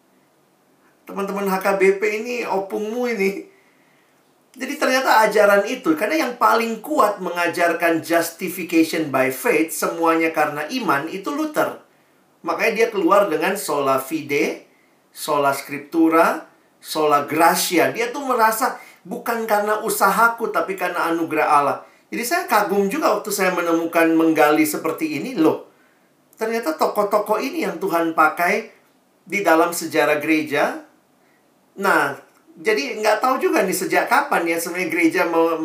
Speaker 2: Teman-teman HKBP ini opungmu ini. Jadi ternyata ajaran itu, karena yang paling kuat mengajarkan justification by faith, semuanya karena iman, itu Luther. Makanya dia keluar dengan sola fide, sola scriptura, sola gratia. Dia tuh merasa bukan karena usahaku, tapi karena anugerah Allah. Jadi saya kagum juga waktu saya menemukan menggali seperti ini. Loh, ternyata tokoh-tokoh ini yang Tuhan pakai di dalam sejarah gereja. Nah, jadi nggak tahu juga nih sejak kapan ya sebenarnya gereja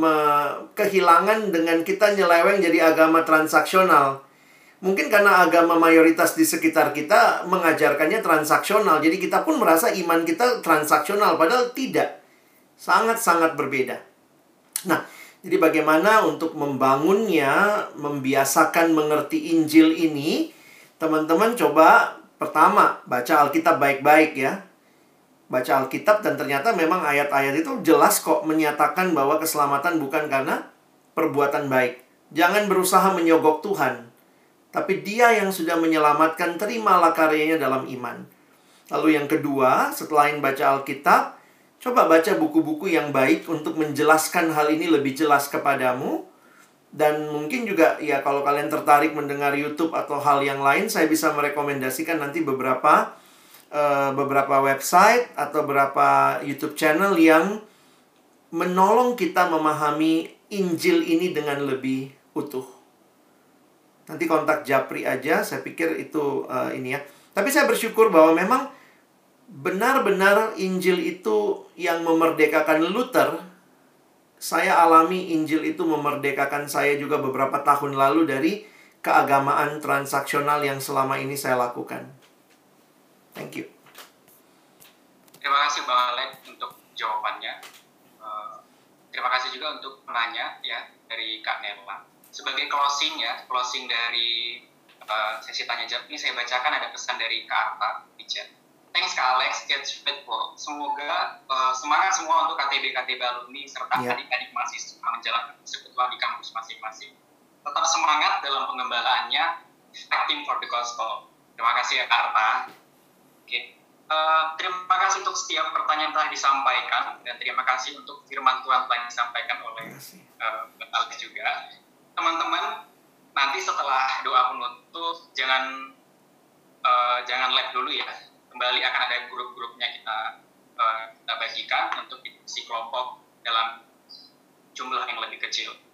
Speaker 2: kehilangan dengan kita nyeleweng jadi agama transaksional. Mungkin karena agama mayoritas di sekitar kita mengajarkannya transaksional. Jadi kita pun merasa iman kita transaksional, padahal tidak. Sangat-sangat berbeda. Nah, jadi bagaimana untuk membangunnya, membiasakan mengerti Injil ini? Teman-teman coba pertama baca Alkitab baik-baik ya. Baca Alkitab dan ternyata memang ayat-ayat itu jelas kok menyatakan bahwa keselamatan bukan karena perbuatan baik. Jangan berusaha menyogok Tuhan, tapi Dia yang sudah menyelamatkan, terimalah karyanya dalam iman. Lalu yang kedua, setelah baca Alkitab, coba baca buku-buku yang baik untuk menjelaskan hal ini lebih jelas kepadamu. Dan mungkin juga ya kalau kalian tertarik mendengar YouTube atau hal yang lain, saya bisa merekomendasikan nanti beberapa website atau beberapa YouTube channel yang menolong kita memahami Injil ini dengan lebih utuh. Nanti kontak Japri aja, saya pikir itu ini ya. Tapi saya bersyukur bahwa memang benar-benar Injil itu yang memerdekakan Luther saya alami Injil itu memerdekakan saya juga beberapa tahun lalu dari keagamaan transaksional yang selama ini saya lakukan. Thank you.
Speaker 3: Terima kasih Bang Alex untuk jawabannya. Terima kasih juga untuk penanya ya dari Kak Nella. Sebagai closing dari sesi tanya jawab ini saya bacakan ada pesan dari Kak Arta di chat. Thanks Kak Alex, get faithful. Semoga semangat semua untuk KTB alumni serta adik-adik mahasiswa menjalankan persekutuan di kampus masing-masing. Tetap semangat dalam pengembalaannya, fighting for the gospel. Terima kasih ya Kak Arta. Oke. Terima kasih untuk setiap pertanyaan yang telah disampaikan dan terima kasih untuk firman Tuhan telah disampaikan oleh Alex juga. Teman-teman, nanti setelah doa penutup jangan live dulu ya. Kembali akan ada grup-grupnya kita bagikan untuk diskusi kelompok dalam jumlah yang lebih kecil.